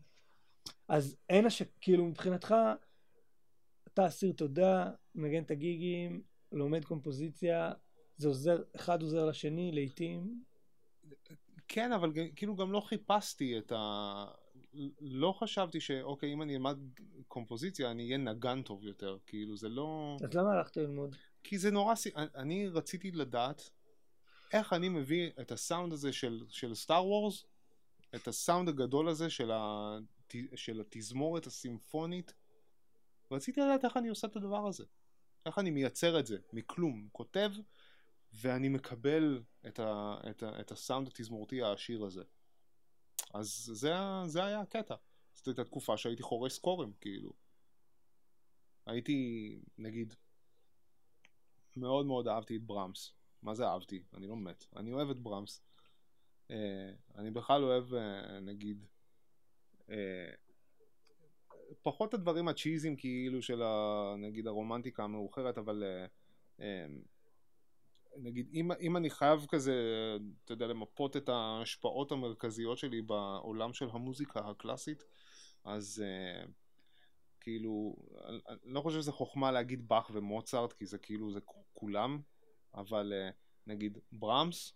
אז אין השק, כאילו, מבחינתך, אתה אסיר תודה, מנגן את הגיגים, לומד קומפוזיציה, זה עוזר, אחד עוזר לשני, לעתים. כן, אבל כאילו גם לא חיפשתי את ה... לא חשבתי שאוקיי, אם אני אלמד קומפוזיציה, אני אהיה נגן טוב יותר, כאילו זה לא... אז למה הלכת ללמוד? כי זה נורא... אני רציתי לדעת איך אני מביא את הסאונד הזה של, של סטאר וורס, את הסאונד הגדול הזה של, ה... של התזמורת הסימפונית, רציתי לדעת איך אני עושה את הדבר הזה, איך אני מייצר את זה, מכלום, כותב, ואני מקבל את, ה... את, ה... את הסאונד התזמורתי העשיר הזה. אז זה, זה היה הקטע. זאת הייתה תקופה שהייתי חורש סקורים, כאילו. הייתי, נגיד, מאוד מאוד אהבתי את ברמס. מה זה אהבתי? אני לא מת. אני אוהב את ברמס. אה, אני בכלל אוהב, אה, נגיד, אה, פחות הדברים הצ'יזים, כאילו, של, ה, נגיד, הרומנטיקה המאוחרת, אבל... אה, אה, נגיד, אם, אם אני חייב כזה, אתה יודע, למפות את ההשפעות המרכזיות שלי בעולם של המוזיקה הקלאסית, אז uh, כאילו, אני, אני לא חושב שזה חוכמה להגיד באך ומוצרט, כי זה כאילו, זה כולם, אבל uh, נגיד, ברמס,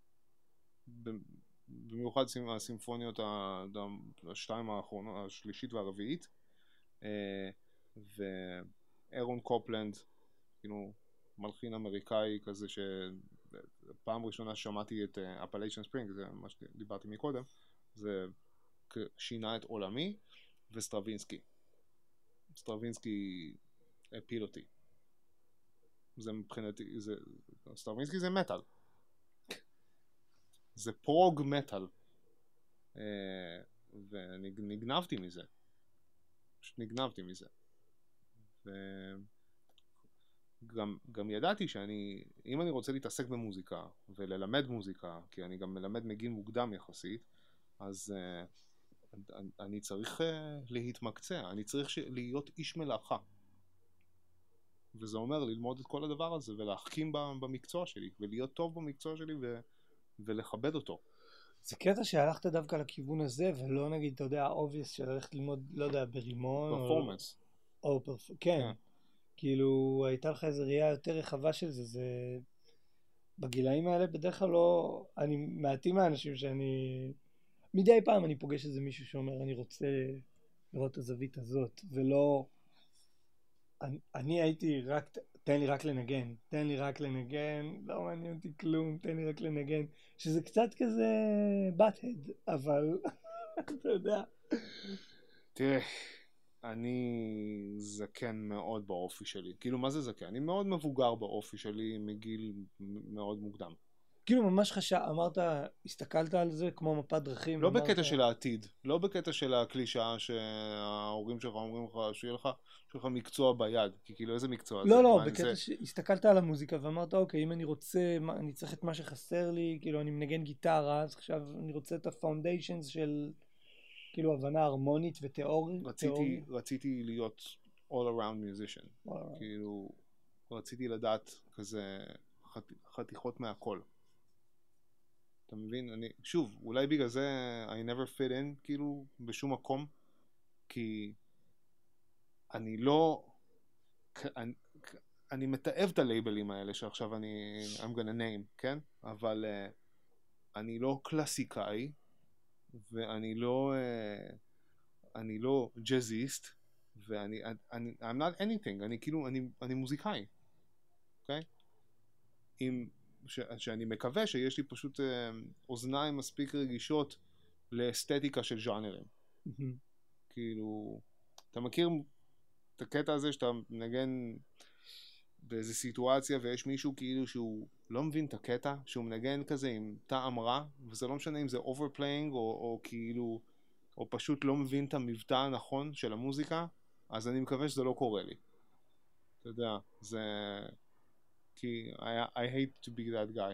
במיוחד הסימפוניות השתיים האחרונות, השלישית והרביעית, uh, ואירון קופלנד, כאילו, מלחין אמריקאי כזה שפעם ראשונה שמעתי את אפליישן ספרינג, זה מה שדיברתי מקודם, זה שינה את עולמי, וסטרווינסקי. סטרווינסקי הפיל אותי. זה מבחינתי, זה, סטרווינסקי זה מטל. זה פרוג מטל. ונגנבתי מזה. פשוט נגנבתי מזה. ו... גם, גם ידעתי שאני, אם אני רוצה להתעסק במוזיקה וללמד מוזיקה, כי אני גם מלמד מגיל מוקדם יחסית, אז uh, אני צריך uh, להתמקצע, אני צריך להיות איש מלאכה. וזה אומר ללמוד את כל הדבר הזה ולהחכים במקצוע שלי, ולהיות טוב במקצוע שלי ו, ולכבד אותו. זה קטע שהלכת דווקא לכיוון הזה, ולא נגיד, אתה יודע, obvious של ללכת ללמוד, לא יודע, ברימון. פרפורמנס. או, או פרפ... כן. כן. כאילו, הייתה לך איזו ראייה יותר רחבה של זה, זה... בגילאים האלה בדרך כלל לא... אני מעטים מהאנשים שאני... מדי פעם אני פוגש איזה מישהו שאומר, אני רוצה לראות את הזווית הזאת, ולא... אני, אני הייתי רק... תן לי רק לנגן, תן לי רק לנגן, לא מעניין אותי כלום, תן לי רק לנגן, שזה קצת כזה בט-הד, אבל אתה יודע. תראה, אני זקן מאוד באופי שלי. כאילו, מה זה זקן? אני מאוד מבוגר באופי שלי מגיל מאוד מוקדם. כאילו ממש חשב, אמרת, הסתכלת על זה כמו מפת דרכים. לא אמרת... בקטע של העתיד, לא בקטע של הקלישאה שההורים שלך אומרים לך, שיהיה לך, שיהיה לך מקצוע ביד, כי כאילו איזה מקצוע לא, זה? לא, מה, בקטע זה... שהסתכלת על המוזיקה ואמרת, אוקיי, אם אני רוצה, מה, אני צריך את מה שחסר לי, כאילו אני מנגן גיטרה, אז עכשיו אני רוצה את הפאונדיישנס של, כאילו, הבנה הרמונית ותיאורית. רציתי, רציתי להיות all around musician, all around. כאילו, רציתי לדעת כזה חת... חתיכות מהכל. אתה מבין? אני, שוב, אולי בגלל זה I never fit in, כאילו, בשום מקום, כי אני לא, אני, אני מתאהב את הלייבלים האלה שעכשיו אני, I'm gonna name, כן? אבל uh, אני לא קלאסיקאי, ואני לא, uh, אני לא ג'אזיסט, ואני, אני, I'm not anything, אני כאילו, אני, אני מוזיקאי, אוקיי? Okay? עם, ש, שאני מקווה שיש לי פשוט uh, אוזניים מספיק רגישות לאסתטיקה של ז'אנרים. Mm-hmm. כאילו, אתה מכיר את הקטע הזה שאתה מנגן באיזו סיטואציה ויש מישהו כאילו שהוא לא מבין את הקטע, שהוא מנגן כזה עם טעם רע, וזה לא משנה אם זה overplaying או, או כאילו, או פשוט לא מבין את המבטא הנכון של המוזיקה, אז אני מקווה שזה לא קורה לי. אתה יודע, זה... כי I, I hate to be that guy.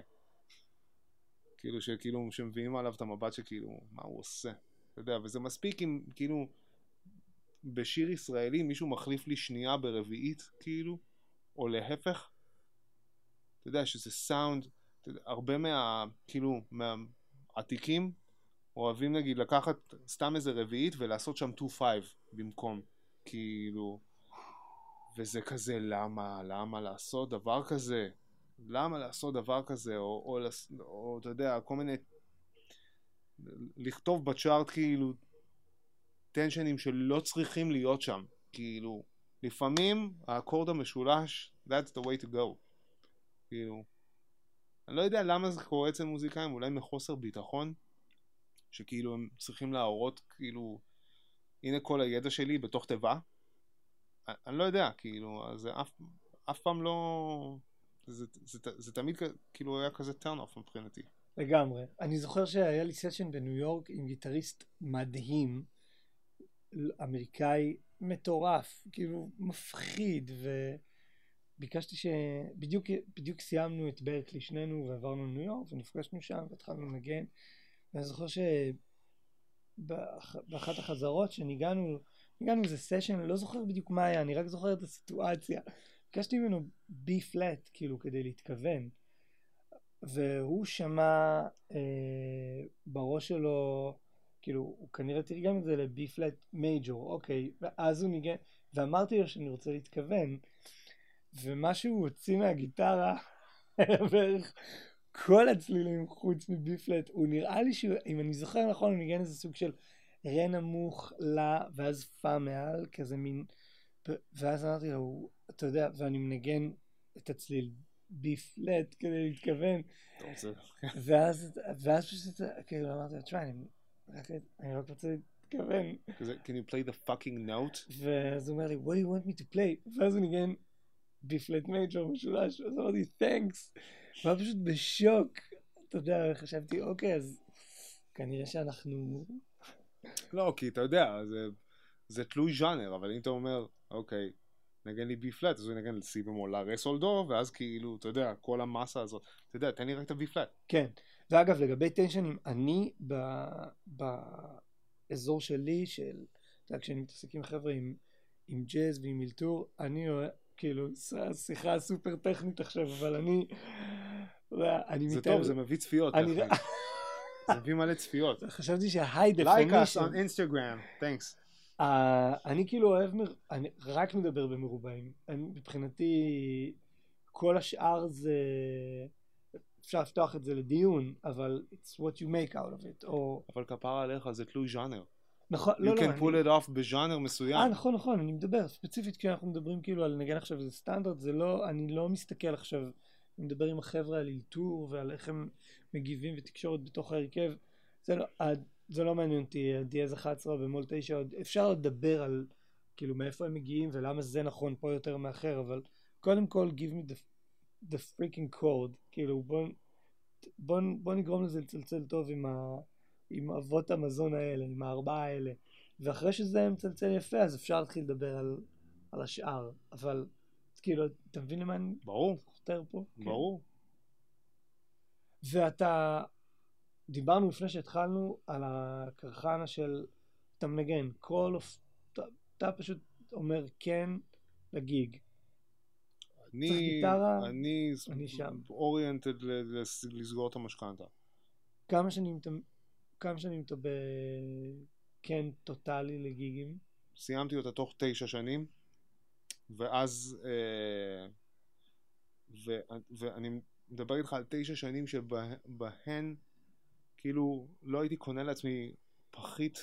כאילו שכאילו שמביאים עליו את המבט שכאילו, מה הוא עושה? אתה יודע, וזה מספיק אם כאילו בשיר ישראלי מישהו מחליף לי שנייה ברביעית, כאילו, או להפך. אתה יודע שזה סאונד, הרבה מה, כאילו, מהעתיקים אוהבים נגיד לקחת סתם איזה רביעית ולעשות שם שתיים חמש במקום, כאילו, וזה כזה, למה, למה לעשות דבר כזה? למה לעשות דבר כזה? או, או, או, או אתה יודע, כל מיני, לכתוב בצ'ארט כאילו, טנשנים שלא צריכים להיות שם, כאילו, לפעמים האקורד המשולש, that's the way to go, כאילו, אני לא יודע למה זה קורה אצל מוזיקאים, אולי מחוסר ביטחון, שכאילו הם צריכים להראות, כאילו, הנה כל הידע שלי בתוך תיבה, אני, אני לא יודע, כאילו, זה אף, אף פעם לא, זה, זה, זה, זה תמיד כאילו היה כזה turn off מבחינתי. לגמרי, אני זוכר שהיה לי סשן בניו יורק עם גיטריסט מדהים, אמריקאי מטורף, כאילו מפחיד, וביקשתי שבדיוק בדיוק סיימנו את ברקלי שנינו ועברנו לניו יורק ונפגשנו שם והתחלנו לנגן, ואני זוכר שבאחת החזרות שניגענו, ניגענו איזה סשן, אני לא זוכר בדיוק מה היה, אני רק זוכר את הסיטואציה, ביקשתי ממנו בי פלט כאילו כדי להתכוון, והוא שמע אה, בראש שלו, כאילו, הוא כנראה תרגם את זה לבי פלט מייג'ור, אוקיי, ואז הוא ניגן, ואמרתי לו שאני רוצה להתכוון, ומה שהוא הוציא מהגיטרה, בערך כל הצלילים חוץ מבי פלט, הוא נראה לי שאם אני זוכר נכון, הוא ניגן איזה סוג של רה נמוך, לה, ואז פה מעל, כזה מין, ואז אמרתי לו, אתה יודע, ואני מנגן את הצליל בי פלט כדי להתכוון, ואז, ואז פשוט, כאילו, אמרתי לו, תשמע, אני רק רוצה להתכוון. Can you play the fucking note? ואז הוא אומר לי, what do you want me to play? ואז הוא ניגן בי פלט מייג'ור משולש, ואז אמרתי, thanks. והיה פשוט בשוק. אתה יודע, חשבתי, אוקיי, אז כנראה שאנחנו... לא, כי אתה יודע, זה, זה תלוי ז'אנר, אבל אם אתה אומר, אוקיי, נגן לי בי פלט, אז הוא נגן לסי במול, לה, רה, סול, דו, ואז כאילו, אתה יודע, כל המסה הזאת, אתה יודע, תן לי רק את הבי פלט. כן. ואגב, לגבי טנשנים, אני באזור שלי, של, אתה יודע, כשאני מתעסק עם חבר'ה עם, עם ג'אז ועם מילטור, אני, כאילו, שיחה סופר טכנית עכשיו, אבל אני, אני זה מתאר... טוב, זה מביא צפיות. אני... זה מביא מלא צפיות. חשבתי שה-high definition... Like us on Instagram, thanks. Uh, אני כאילו אוהב, אני רק מדבר במרובעים. מבחינתי, כל השאר זה... אפשר לפתוח את זה לדיון, אבל it's what you make out of it, או... אבל כפרה עליך, זה תלוי ז'אנר. נכון, you לא, לא. You can pull it off בז'אנר מסוים. אה, נכון, נכון, אני מדבר, ספציפית כשאנחנו מדברים כאילו על נגן עכשיו איזה סטנדרט, זה לא, אני לא מסתכל עכשיו, אני מדבר עם החבר'ה על אילתור ועל איך הם מגיבים ותקשורת בתוך ההרכב, זה לא, זה לא מעניין אותי, דיאז אחת עשרה במול תשע, אפשר לדבר על כאילו מאיפה הם מגיעים ולמה זה נכון פה יותר מאחר, אבל קודם כל give me the, the freaking code, כאילו בוא, בוא, בוא נגרום לזה לצלצל טוב עם, ה, עם אבות המזון האלה, עם הארבעה האלה, ואחרי שזה מצלצל יפה אז אפשר להתחיל לדבר על, על השאר, אבל כאילו אתה מבין למה אני ברור, חותר פה? ברור. כן. ואתה, דיברנו לפני שהתחלנו על הקרחנה של אתה מנגן, כל אוף, אתה, אתה פשוט אומר כן לגיג. אני, צריך גיטרה, אני, אני שם. אוריינטד לסגור את המשכנתה. כמה שנים אתה, כמה שנים אתה בכן טוטלי לגיגים? סיימתי אותה תוך תשע שנים, ואז, אה, ו, ואני מדבר איתך על תשע שנים שבהן, כאילו, לא הייתי קונה לעצמי פחית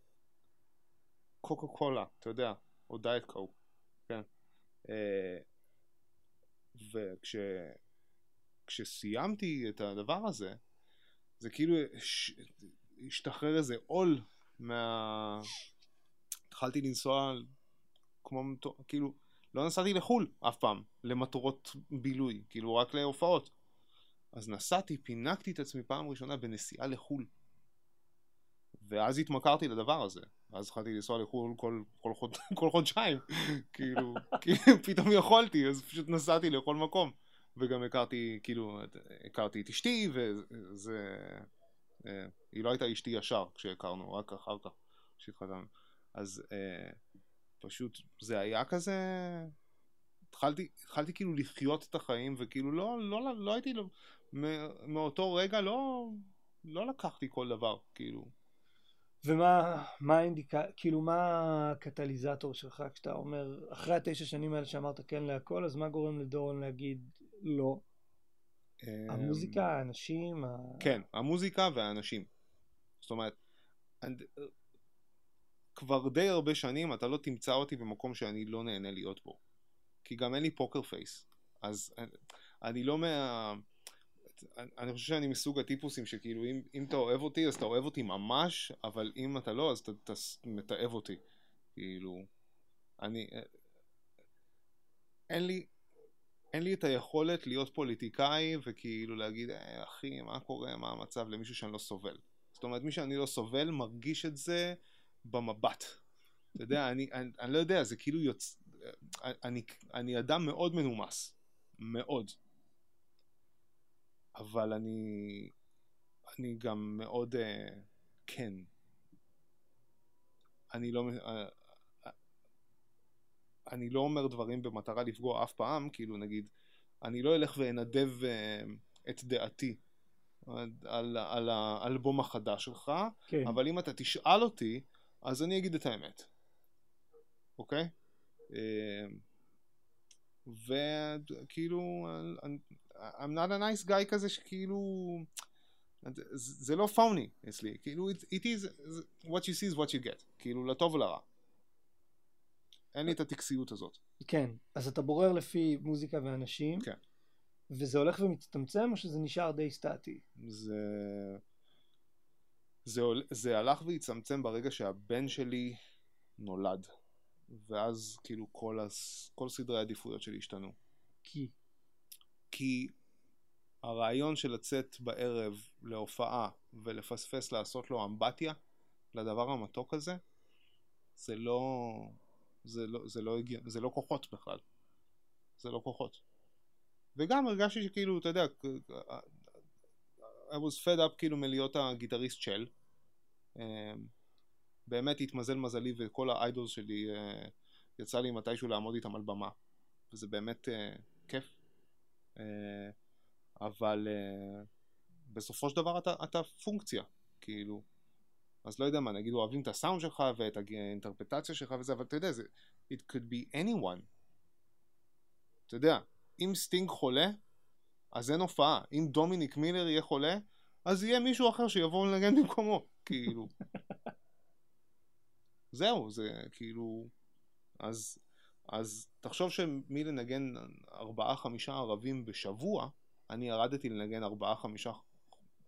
קוקה קולה, אתה יודע, או דיאט קוק, כן. אה, וכש, כשסיימתי את הדבר הזה, זה כאילו ש, השתחרר איזה עול מה... התחלתי לנסוע כמו, כאילו, לא נסעתי לחול אף פעם, למטרות בילוי, כאילו רק להופעות. אז נסעתי, פינקתי את עצמי פעם ראשונה בנסיעה לחול. ואז התמכרתי לדבר הזה. אז התחלתי לנסוע לחול כל, כל, חוד, כל חודשיים. כאילו, כאילו, פתאום יכולתי, אז פשוט נסעתי לכל מקום. וגם הכרתי, כאילו, הכרתי את אשתי, וזה... היא לא הייתה אשתי ישר כשהכרנו, רק אחר כך שהתחתנו. אז אה, פשוט זה היה כזה... התחלתי, התחלתי כאילו לחיות את החיים, וכאילו לא, לא, לא, לא הייתי... לא, מאותו רגע לא, לא לקחתי כל דבר, כאילו. ומה, מה האינדיקה, כאילו מה הקטליזטור שלך כשאתה אומר, אחרי התשע שנים האלה שאמרת כן להכל, אז מה גורם לדורון להגיד לא? המוזיקה, האנשים? ה... כן, המוזיקה והאנשים. זאת אומרת, כבר די הרבה שנים אתה לא תמצא אותי במקום שאני לא נהנה להיות בו. כי גם אין לי פוקר פייס. אז אני לא מה... אני חושב שאני מסוג הטיפוסים שכאילו אם, אם אתה אוהב אותי אז אתה אוהב אותי ממש, אבל אם אתה לא אז אתה, אתה מתאהב אותי. כאילו, אני... אין לי... אין לי את היכולת להיות פוליטיקאי וכאילו להגיד, אה, אחי, מה קורה, מה המצב למישהו שאני לא סובל. זאת אומרת, מי שאני לא סובל מרגיש את זה במבט. אתה יודע, אני, אני, אני לא יודע, זה כאילו יוצא... אני, אני אדם מאוד מנומס. מאוד. אבל אני... אני גם מאוד... uh, כן. אני לא... Uh, אני לא אומר דברים במטרה לפגוע אף פעם, כאילו נגיד, אני לא אלך ואנדב uh, את דעתי על, על האלבום החדש שלך, כן. אבל אם אתה תשאל אותי, אז אני אגיד את האמת. אוקיי? וכאילו, I'm not a nice guy כזה שכאילו, זה לא פאוני אצלי, כאילו, it, it is, what you see is what you get, כאילו, לטוב ולרע. אין לי את הטקסיות הזאת. כן, אז אתה בורר לפי מוזיקה ואנשים, כן. וזה הולך ומצטמצם או שזה נשאר די סטטי? זה... זה, זה הלך והצטמצם ברגע שהבן שלי נולד. ואז כאילו כל, הס... כל סדרי העדיפויות שלי השתנו. כי? כי הרעיון של לצאת בערב להופעה ולפספס לעשות לו אמבטיה לדבר המתוק הזה, זה לא... זה לא, זה לא, זה לא כוחות בכלל. זה לא כוחות. וגם הרגשתי שכאילו, אתה יודע, I was fed up כאילו מלהיות הגיטריסט של. באמת התמזל מזלי וכל האיידולס שלי יצא לי מתישהו לעמוד איתם על במה. וזה באמת כיף. אבל בסופו של דבר אתה, אתה פונקציה, כאילו. אז לא יודע מה, נגיד אוהבים את הסאונד שלך ואת האינטרפטציה שלך וזה, אבל אתה יודע, זה, it could be anyone. אתה יודע, אם סטינג חולה, אז אין הופעה. אם דומיניק מילר יהיה חולה, אז יהיה מישהו אחר שיבוא לנגן במקומו, כאילו. זהו, זה כאילו... אז, אז תחשוב שמי לנגן ארבעה חמישה ערבים בשבוע, אני ירדתי לנגן ארבעה חמישה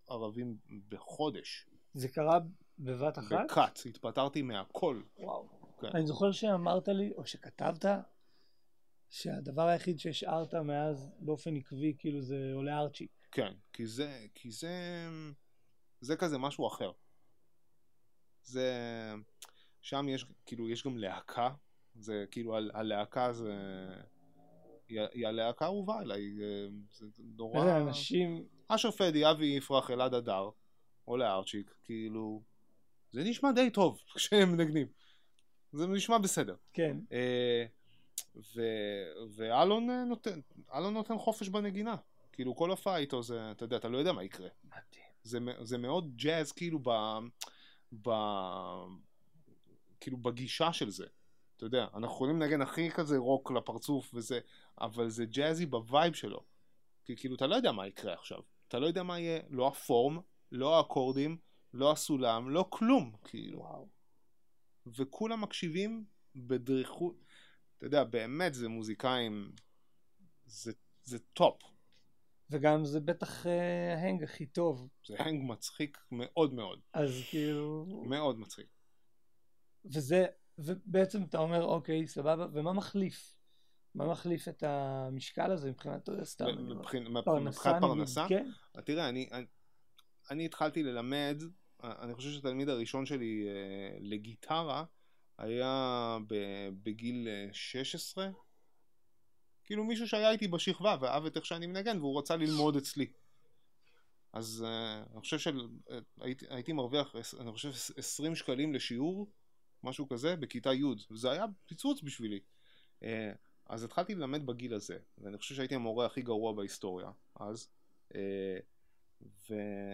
ערבים בחודש. זה קרה בבת אחת? בקאט, התפטרתי מהכל. וואו. כן. אני זוכר שאמרת לי, או שכתבת, שהדבר היחיד שהשארת מאז באופן עקבי, כאילו זה עולה ארצ'י. כן, כי זה, כי זה, זה כזה משהו אחר. זה, שם יש, כאילו, יש גם להקה, זה כאילו, ה- הלהקה זה, היא, היא הלהקה האהובה עליי, זה נורא... איזה אנשים... אשר פדי, אבי יפרח, אלעד הדר, עולה ארצ'יק, כאילו, זה נשמע די טוב כשהם מנגנים. זה נשמע בסדר. כן. ו... ואלון נותן, אלון נותן חופש בנגינה. כאילו כל הופעה איתו זה, אתה יודע, אתה לא יודע מה יקרה. זה, זה מאוד ג'אז כאילו ב... ב... כאילו בגישה של זה. אתה יודע, אנחנו יכולים לנגן הכי כזה רוק לפרצוף וזה, אבל זה ג'אזי בווייב שלו. כי כאילו אתה לא יודע מה יקרה עכשיו. אתה לא יודע מה יהיה, לא הפורם, לא האקורדים, לא הסולם, לא כלום, כאילו. וואו. וכולם מקשיבים בדריכות. אתה יודע, באמת זה מוזיקאים, זה, זה טופ. וגם זה בטח אה, ההנג הכי טוב. זה הנג מצחיק מאוד מאוד. אז כאילו... מאוד מצחיק. וזה, ובעצם אתה אומר, אוקיי, סבבה, ומה מחליף? מה מחליף את המשקל הזה מבחינת, אתה יודע, סתם? מבחינת פרנסה, פרנסה? נגיד, כן? תראה, אני, אני, אני התחלתי ללמד, אני חושב שהתלמיד הראשון שלי אה, לגיטרה, היה בגיל שש עשרה, כאילו מישהו שהיה איתי בשכבה ואהב את איך שאני מנגן והוא רצה ללמוד אצלי. אז uh, אני חושב שהייתי הייתי מרוויח, אני חושב עשרים שקלים לשיעור, משהו כזה, בכיתה י', וזה היה פיצוץ בשבילי. Uh, אז התחלתי ללמד בגיל הזה, ואני חושב שהייתי המורה הכי גרוע בהיסטוריה אז. Uh, ו...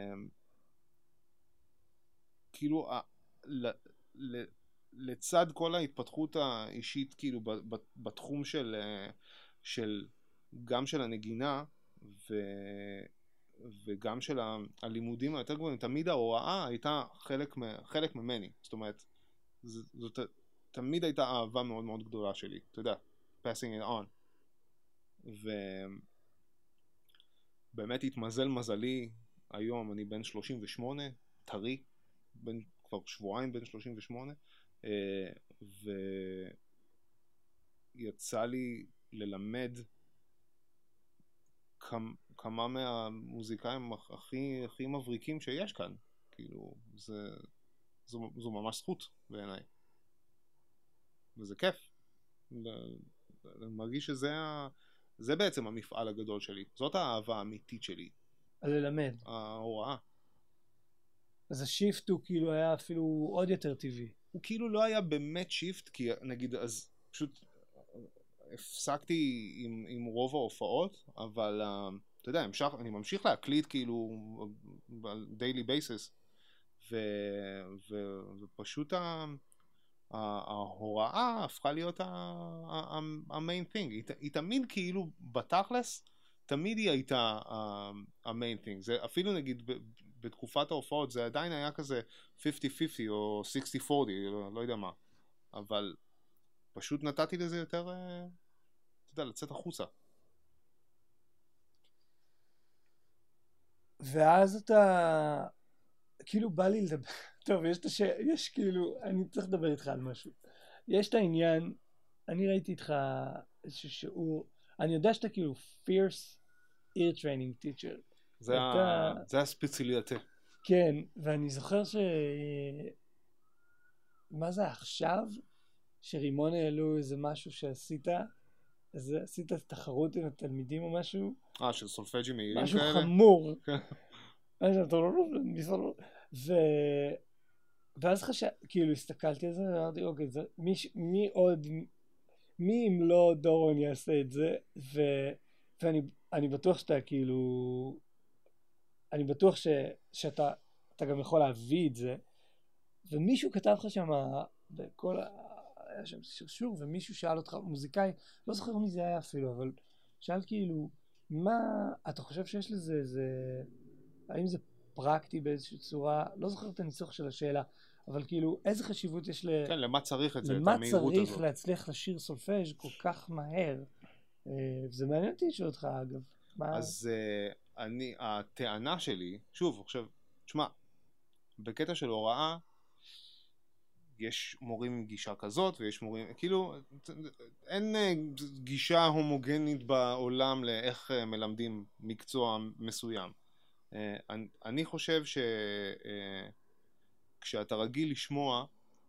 כאילו, uh, ל... ל... לצד כל ההתפתחות האישית כאילו בתחום של, של גם של הנגינה ו, וגם של הלימודים היותר גבוהים, תמיד ההוראה הייתה חלק, חלק ממני. זאת אומרת, זאת תמיד הייתה אהבה מאוד מאוד גדולה שלי, אתה יודע, passing it on. ובאמת התמזל מזלי, היום אני בן שלושים ושמונה, טרי, בן, כבר שבועיים בן שלושים ושמונה, ויצא לי ללמד כמה מהמוזיקאים הכי הכי מבריקים שיש כאן. כאילו זה זו, זו ממש זכות בעיניי, וזה כיף. אני מרגיש שזה זה בעצם המפעל הגדול שלי, זאת האהבה האמיתית שלי, ללמד, ההוראה. אז השיפט הוא כאילו היה אפילו עוד יותר טבעי. הוא כאילו לא היה באמת שיפט, כי נגיד אז פשוט הפסקתי עם, עם רוב ההופעות, אבל uh, אתה יודע, המשך, אני ממשיך להקליט כאילו על דיילי בייסס, ו, ו, ופשוט ה, ה, ההוראה הפכה להיות המיין thing. היא, היא תמיד כאילו בתכלס, תמיד היא הייתה המיין thing. זה אפילו נגיד בתקופת ההופעות זה עדיין היה כזה חמישים חמישים או שישים ארבעים, לא, לא יודע מה, אבל פשוט נתתי לזה יותר, אתה יודע, לצאת החוצה. ואז אתה כאילו בא לי לדבר, טוב, יש, הש... יש כאילו, אני צריך לדבר איתך על משהו. יש את העניין, אני ראיתי איתך איזשהו שיעור, אני יודע שאתה כאילו fierce ear training teacher. זה, אתה... ה... זה הספציליאטה. כן, ואני זוכר ש... מה זה עכשיו? שרימון העלו איזה משהו שעשית, אז עשית תחרות עם התלמידים או משהו? אה, של סולפג'ים מהירים משהו כאלה? משהו חמור. ו... ואז חשב, כאילו הסתכלתי על זה ואמרתי, אוקיי, זה... מי, מי עוד, מי אם לא דורון יעשה את זה? ו... ואני אני בטוח שאתה כאילו, אני בטוח ש... שאתה אתה גם יכול להביא את זה, ומישהו כתב לך שם בכל ה... היה שם שרשור, ומישהו שאל אותך, מוזיקאי, לא זוכר מי זה היה אפילו, אבל שאל כאילו, מה, אתה חושב שיש לזה איזה, האם זה פרקטי באיזושהי צורה, לא זוכר את הניסוח של השאלה, אבל כאילו, איזה חשיבות יש ל... כן, למה צריך את זה, את המהירות הזאת? למה צריך להצליח לשיר סולפז' כל כך מהר? וזה מעניין אותי לשאול אותך, אגב. אז אני, הטענה שלי, שוב, עכשיו, תשמע, בקטע של הוראה, יש מורים עם גישה כזאת, ויש מורים, כאילו, אין גישה הומוגנית בעולם לאיך מלמדים מקצוע מסוים. אני חושב שכשאתה רגיל לשמוע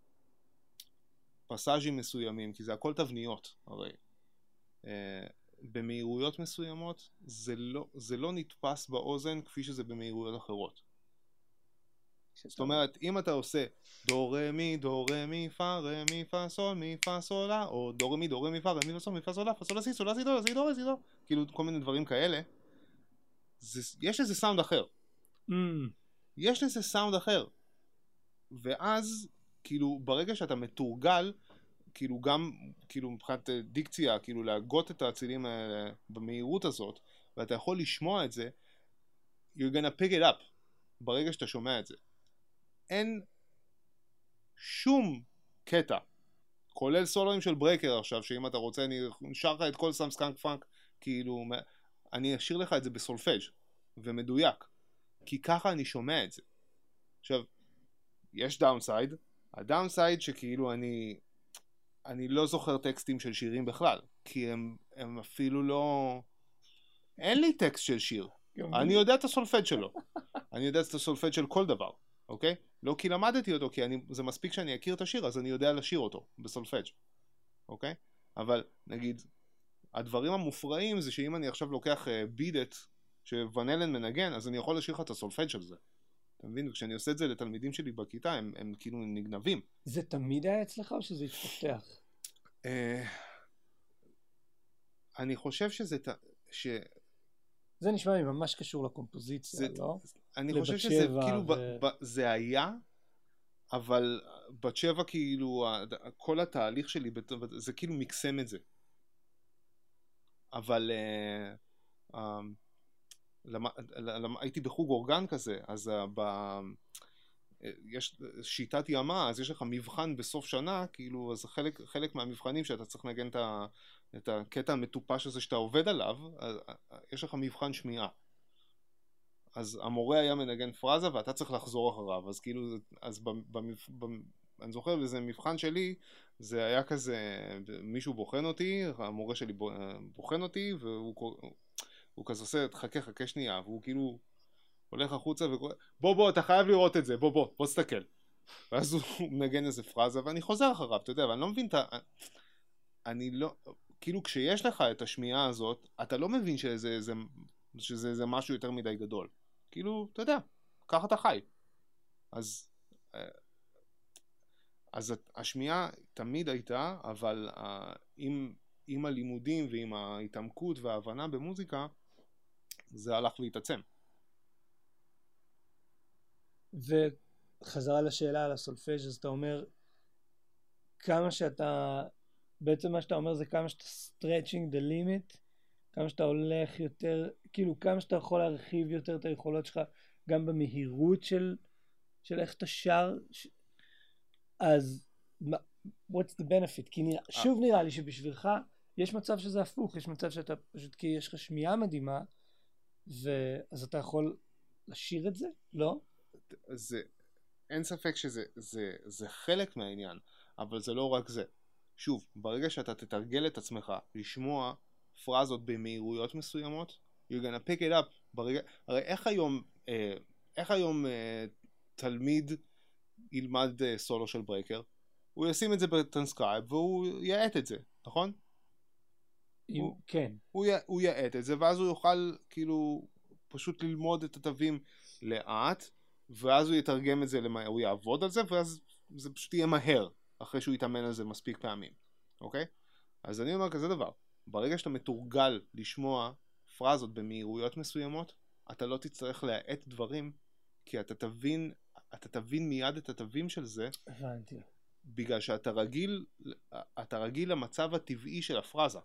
פסאז'ים מסוימים, כי זה הכל תבניות, הרי, במהירויות מסוימות, זה לא, זה לא נתפס באוזן כפי שזה במהירויות אחרות. זאת אומרת, אם אתה עושה דו רמי, דו רמי, פה רמי, פה סול, מי פה סולה, או דו רמי, דו רמי, פה רמי, סול, מי פה סולה, פה סולה סי, סולה סי, דו, סי, דו, סי, דו, כאילו כל מיני דברים כאלה, זה, יש לזה סאונד אחר. Mm. יש לזה סאונד אחר. ואז, כאילו, ברגע שאתה מתורגל, כאילו גם, כאילו מבחינת דיקציה, כאילו להגות את הצילים האלה במהירות הזאת, ואתה יכול לשמוע את זה, you're gonna pick it up, ברגע שאתה שומע את זה. אין שום קטע, כולל סולואים של ברקר עכשיו, שאם אתה רוצה אני אשאר לך את כל סאם סקאנק פאנק, כאילו אני אשאיר לך את זה בסולפג' ומדויק, כי ככה אני שומע את זה. עכשיו, יש דאונסייד, הדאונסייד שכאילו אני אני לא זוכר טקסטים של שירים בכלל, כי הם, הם אפילו לא, אין לי טקסט של שיר, אני יודע את הסולפג' שלו, אני יודע את הסולפג' של כל דבר, אוקיי? לא כי למדתי אותו, כי אני, זה מספיק שאני אכיר את השיר, אז אני יודע לשיר אותו בסולפג', אוקיי? אבל נגיד, הדברים המופרעים זה שאם אני עכשיו לוקח בידט שוון אלן מנגן, אז אני יכול לשיר לך את הסולפג' של זה. אתה מבין? וכשאני עושה את זה לתלמידים שלי בכיתה, הם, הם כאילו נגנבים. זה תמיד היה אצלך או שזה התפתח? אני חושב שזה... ש... זה נשמע לי ממש קשור לקומפוזיציה, זה, לא? אני חושב שזה כאילו, ו... ב, ב, זה היה, אבל בת שבע כאילו, כל התהליך שלי, זה כאילו מקסם את זה. אבל uh, uh, למ... למ... הייתי בחוג אורגן כזה, אז uh, ב... יש שיטת ימה, אז יש לך מבחן בסוף שנה, כאילו, אז חלק, חלק מהמבחנים שאתה צריך לנגן את, ה, את הקטע המטופש הזה שאתה עובד עליו, אז, יש לך מבחן שמיעה. אז המורה היה מנגן פרזה ואתה צריך לחזור אחריו, אז כאילו, אז במבח... אני זוכר בזה מבחן שלי, זה היה כזה, מישהו בוחן אותי, המורה שלי בוחן אותי, והוא הוא כזה עושה, חכה, חכה שנייה, והוא כאילו הולך החוצה וקורא, בוא בוא, אתה חייב לראות את זה, בוא בוא, בוא תסתכל. ואז הוא מנגן איזה פרזה, ואני חוזר אחריו, אתה יודע, ואני לא מבין את ה... אני לא... כאילו כשיש לך את השמיעה הזאת, אתה לא מבין שזה, זה, שזה זה משהו יותר מדי גדול. כאילו, אתה יודע, ככה אתה חי. אז... אז השמיעה תמיד הייתה, אבל עם, עם הלימודים ועם ההתעמקות וההבנה במוזיקה, זה הלך להתעצם. וחזרה לשאלה על הסולפג', אז אתה אומר, כמה שאתה, בעצם מה שאתה אומר זה כמה שאתה stretching the limit, כמה שאתה הולך יותר, כאילו כמה שאתה יכול להרחיב יותר את היכולות שלך, גם במהירות של, של איך אתה שר, ש... אז what's the benefit? כי נראה, שוב נראה לי שבשבילך יש מצב שזה הפוך, יש מצב שאתה פשוט, כי יש לך שמיעה מדהימה, ואז אתה יכול לשיר את זה, לא? זה, אין ספק שזה זה, זה חלק מהעניין, אבל זה לא רק זה. שוב, ברגע שאתה תתרגל את עצמך לשמוע פרזות במהירויות מסוימות, you're gonna pick it up. ברגע, הרי איך היום, אה, איך היום אה, תלמיד ילמד אה, סולו של ברקר? הוא ישים את זה בטרנסקרייב והוא יעט את זה, נכון? הוא, כן. הוא, י, הוא יעט את זה, ואז הוא יוכל כאילו פשוט ללמוד את התווים לאט, ואז הוא יתרגם את זה, למה, הוא יעבוד על זה, ואז זה פשוט יהיה מהר, אחרי שהוא יתאמן על זה מספיק פעמים, אוקיי? אז אני אומר כזה דבר, ברגע שאתה מתורגל לשמוע פרזות במהירויות מסוימות, אתה לא תצטרך להעט דברים, כי אתה תבין, אתה תבין מיד את התווים של זה, הבנתי. בגלל שאתה רגיל, אתה רגיל למצב הטבעי של הפרזה.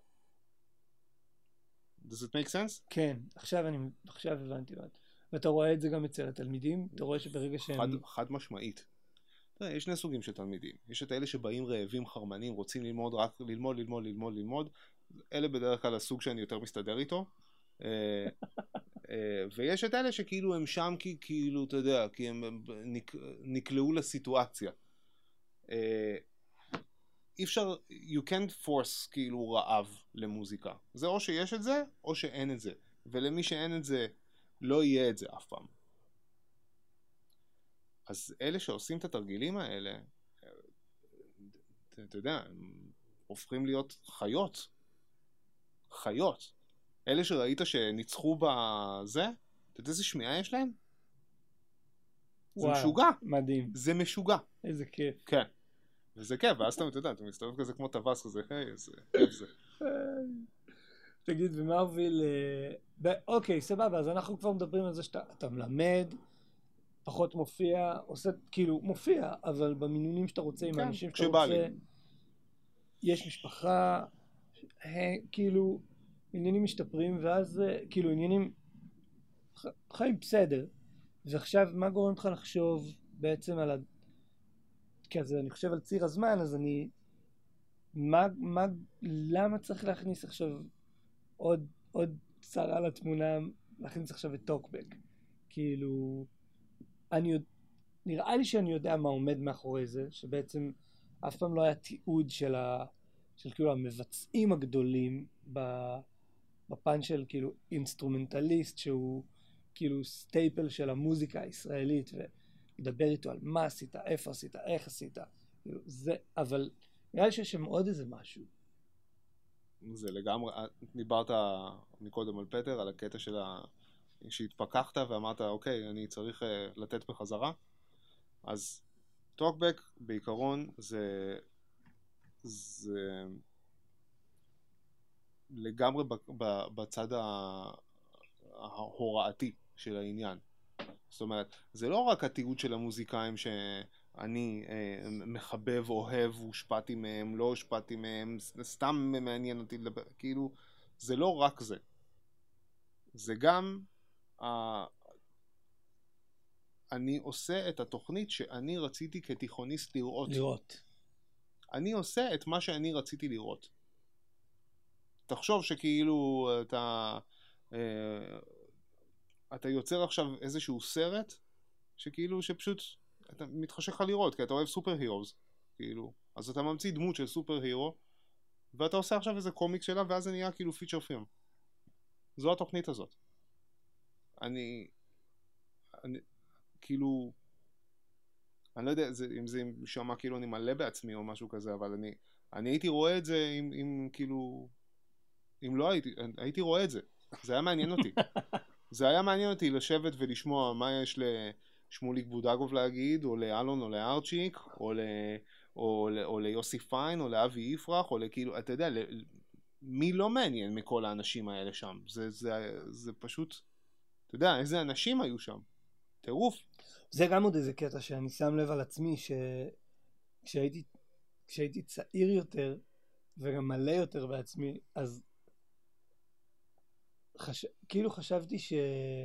Does it make sense? כן, עכשיו אני, עכשיו הבנתי. ואתה רואה את זה גם אצל התלמידים? אתה רואה שברגע שהם... חד, חד משמעית. תראה, יש שני סוגים של תלמידים. יש את האלה שבאים רעבים חרמנים, רוצים ללמוד רק ללמוד, ללמוד, ללמוד, ללמוד. אלה בדרך כלל הסוג שאני יותר מסתדר איתו. ויש את אלה שכאילו הם שם כי, כאילו, אתה יודע, כי הם נקלעו לסיטואציה. אי אפשר, you can't force כאילו רעב למוזיקה. זה או שיש את זה, או שאין את זה. ולמי שאין את זה, לא יהיה את זה אף פעם. אז אלה שעושים את התרגילים האלה, אתה יודע, הם הופכים להיות חיות. חיות. אלה שראית שניצחו בזה, אתה יודע איזה שמיעה יש להם? זה וואו, משוגע. מדהים. זה משוגע. איזה כיף. כן. וזה כיף, ואז אתה, אתה יודע, אתה מסתובב כזה כמו טווס כזה, היי, איזה כיף זה. תגיד, ומה הוביל... אוקיי, סבבה, אז אנחנו כבר מדברים על זה שאתה מלמד, פחות מופיע, עושה, כאילו, מופיע, אבל במינונים שאתה רוצה, עם האנשים שאתה רוצה, יש משפחה, כאילו, עניינים משתפרים, ואז, כאילו, עניינים, חיים בסדר. ועכשיו, מה גורם לך לחשוב בעצם על ה... כי אז אני חושב על ציר הזמן, אז אני... מה, מה, למה צריך להכניס עכשיו עוד, עוד צרה לתמונה, להכניס עכשיו את טוקבק? כאילו, אני יודע, נראה לי שאני יודע מה עומד מאחורי זה, שבעצם אף פעם לא היה תיעוד של ה... של כאילו המבצעים הגדולים בפן של כאילו אינסטרומנטליסט, שהוא כאילו סטייפל של המוזיקה הישראלית, ולדבר איתו על מה עשית, איפה עשית, איך עשית, כאילו זה, אבל נראה לי שיש שם עוד איזה משהו. זה לגמרי, דיברת מקודם על פטר, על הקטע של ה... שהתפקחת ואמרת, אוקיי, אני צריך לתת בחזרה. אז טוקבק בעיקרון זה זה לגמרי בצד ההוראתי של העניין. זאת אומרת, זה לא רק התיעוד של המוזיקאים שאני אה, מחבב, אוהב, הושפעתי מהם, לא הושפעתי מהם, סתם מעניין אותי לדבר, כאילו, זה לא רק זה. זה גם, אה, אני עושה את התוכנית שאני רציתי כתיכוניסט לראות. לראות. אני עושה את מה שאני רציתי לראות. תחשוב שכאילו אתה... אה, אתה יוצר עכשיו איזשהו סרט שכאילו שפשוט אתה מתחשק לך לראות, כי אתה אוהב סופר הירוס, כאילו, אז אתה ממציא דמות של סופר הירו ואתה עושה עכשיו איזה קומיקס שלה ואז זה נהיה כאילו פיצ'ר פירם. זו התוכנית הזאת. אני, אני כאילו אני לא יודע זה, אם זה שמע כאילו אני מלא בעצמי או משהו כזה, אבל אני אני הייתי רואה את זה אם, אם כאילו אם לא הייתי, הייתי רואה את זה, זה היה מעניין אותי. זה היה מעניין אותי לשבת ולשמוע מה יש לשמוליק בודגוב להגיד, או לאלון, או לארצ'יק, או, ל... או, ל... או ליוסי פיין, או לאבי יפרח, או לכאילו, אתה יודע, מי לא מעניין מכל האנשים האלה שם? זה, זה, זה פשוט, אתה יודע, איזה אנשים היו שם? טירוף. זה גם עוד איזה קטע שאני שם לב על עצמי, ש... כשהייתי, כשהייתי צעיר יותר, וגם מלא יותר בעצמי, אז חש... כאילו חשבתי ש...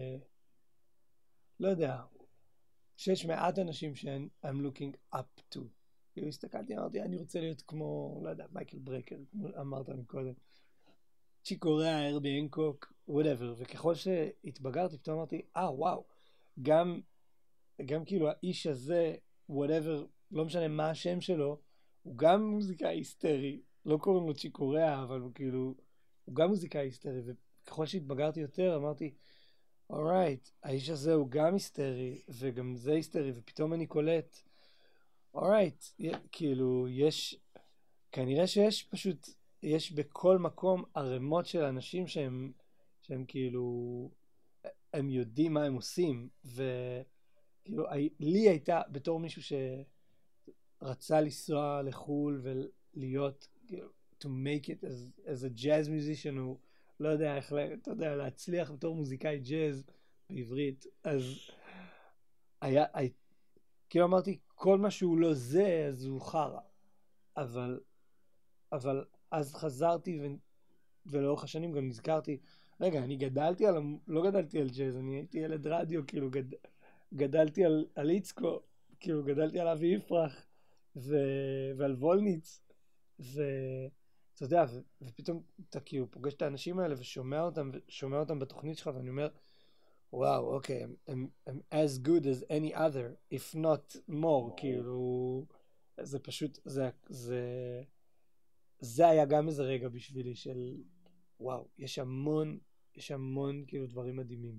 לא יודע, שיש מעט אנשים ש-I'm looking up to. כאילו הסתכלתי, אמרתי, אני רוצה להיות כמו, לא יודע, מייקל ברקר, כמו אמרת מקודם. צ'יקוריאה, הרבי הנקוק, whatever. וככל שהתבגרתי, פתאום אמרתי, אה, וואו, גם, גם כאילו האיש הזה, whatever, לא משנה מה השם שלו, הוא גם מוזיקאי היסטרי. לא קוראים לו צ'יקוריאה, אבל הוא כאילו, הוא גם מוזיקאי היסטרי. וככל שהתבגרתי יותר, אמרתי, alright, האיש הזה הוא גם היסטרי, וגם זה היסטרי, ופתאום אני קולט, alright, כאילו, יש, כנראה שיש פשוט, יש בכל מקום ערימות של אנשים שהם, שהם כאילו, הם יודעים מה הם עושים, וכאילו, לי הייתה, בתור מישהו שרצה לנסוע לחול ולהיות, כאילו, to make it as, as a jazz musician, הוא לא יודע איך, אתה יודע, להצליח בתור מוזיקאי ג'אז בעברית, אז היה, היה, כאילו אמרתי, כל מה שהוא לא זה, אז הוא חרה. אבל, אבל אז חזרתי, ו, ולאורך השנים גם נזכרתי, רגע, אני גדלתי על, לא גדלתי על ג'אז, אני הייתי ילד רדיו, כאילו גד, גדלתי על, על איצקו, כאילו גדלתי על אבי יפרח, ו, ועל וולניץ, ו... אתה יודע, ו- ופתאום אתה כאילו פוגש את האנשים האלה ושומע אותם, ושומע אותם בתוכנית שלך, ואני אומר, וואו, אוקיי, הם, הם, הם as good as any other, if not more, כאילו, זה פשוט, זה, זה, זה היה גם איזה רגע בשבילי של, וואו, יש המון, יש המון כאילו דברים מדהימים.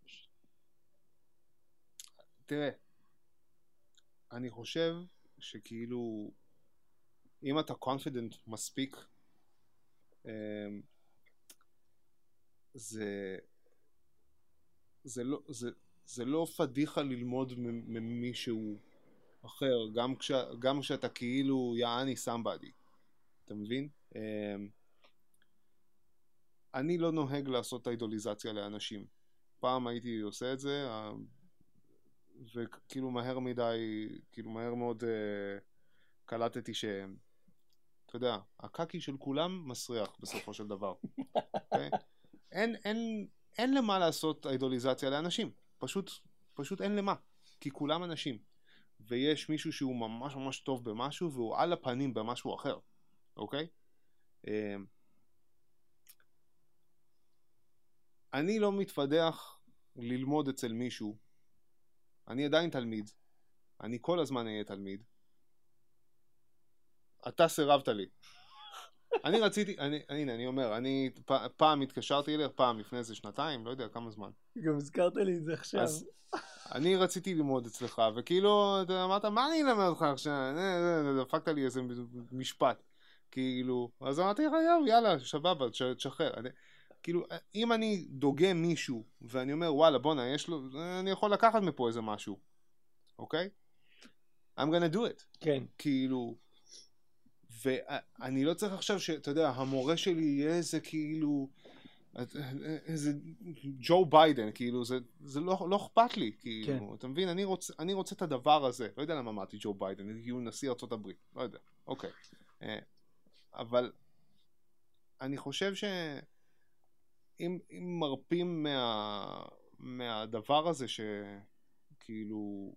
תראה, אני חושב שכאילו, אם אתה confident מספיק, זה, זה לא, זה, זה לא פדיחה ללמוד ממישהו אחר, גם, כש, גם כשאתה כאילו יעני somebody, אתה מבין? אני לא נוהג לעשות אידוליזציה לאנשים. פעם הייתי עושה את זה, וכאילו מהר מדי, כאילו מהר מאוד קלטתי ש... אתה יודע, הקקי של כולם מסריח בסופו של דבר. Okay? אין, אין, אין למה לעשות אידוליזציה לאנשים. פשוט, פשוט אין למה. כי כולם אנשים. ויש מישהו שהוא ממש ממש טוב במשהו, והוא על הפנים במשהו אחר. אוקיי? Okay? אני לא מתפדח ללמוד אצל מישהו. אני עדיין תלמיד. אני כל הזמן אהיה תלמיד. אתה סירבת לי. אני רציתי, אני, הנה, אני אומר, אני פ, פעם התקשרתי אליך, פעם לפני איזה שנתיים, לא יודע כמה זמן. גם הזכרת לי את זה עכשיו. אז אני רציתי ללמוד אצלך, וכאילו, אתה אמרת, מה אני אלמד אותך עכשיו? דפקת לי איזה משפט. כאילו, אז אמרתי לך, יאללה, שבבה, תשחרר. אני, כאילו, אם אני דוגם מישהו, ואני אומר, וואלה, בונה, יש לו, אני יכול לקחת מפה איזה משהו. אוקיי? I'm gonna do it. כן. כאילו, ואני לא צריך עכשיו שאתה יודע, המורה שלי יהיה איזה כאילו, איזה ג'ו ביידן, כאילו, זה, זה לא, לא אכפת לי, כאילו, כן. אתה מבין? אני רוצה, אני רוצה את הדבר הזה, לא יודע למה אמרתי ג'ו ביידן, כאילו נשיא ארצות הברית, לא יודע, אוקיי. אבל אני חושב שאם אם מרפים מה, מהדבר הזה שכאילו,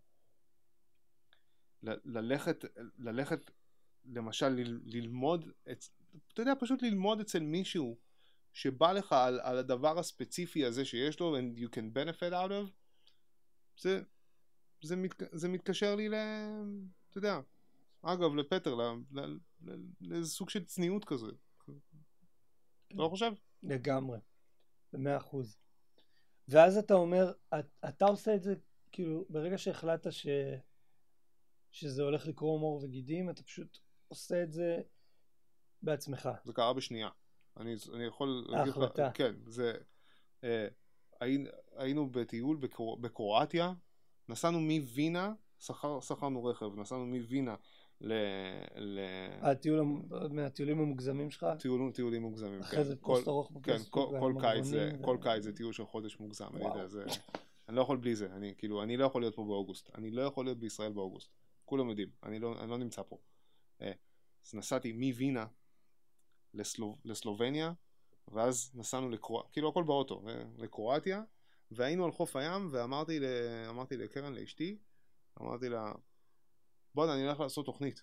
ל, ללכת, ללכת, למשל ל- ללמוד, את, אתה יודע, פשוט ללמוד אצל מישהו שבא לך על, על הדבר הספציפי הזה שיש לו and you can benefit out of, זה, זה, מת, זה מתקשר לי ל... אתה יודע, אגב, לפטר, לאיזה סוג של צניעות כזה. אתה לא חושב? לגמרי, במאה אחוז. ואז אתה אומר, אתה עושה את זה, כאילו, ברגע שהחלטת ש... שזה הולך לקרוא מור וגידים, אתה פשוט עושה את זה בעצמך. זה קרה בשנייה. אני, אני יכול... ההחלטה. כן, זה... אה, היינו, היינו בטיול בקרוא, בקרואטיה, נסענו מווינה, שכר, שכרנו רכב, נסענו מווינה ל... ל... הטיול, מהטיולים המוגזמים שלך? טיול, טיולים מוגזמים, אחרי זה פוסט ארוך בפייסבוק. כן, כל, כל קיץ זה, ו... כל קיץ זה טיול של חודש מוגזם, אני יודע, זה... אני לא יכול בלי זה, אני, כאילו, אני לא יכול להיות פה באוגוסט, אני לא יכול להיות בישראל באוגוסט. כולם יודעים, אני לא, אני לא נמצא פה. אז נסעתי מווינה לסלו, לסלובניה, ואז נסענו לקרואטיה, כאילו הכל באוטו, לקרואטיה, והיינו על חוף הים, ואמרתי אמרתי לקרן, לאשתי, אמרתי לה, בוא, אני הולך לעשות תוכנית.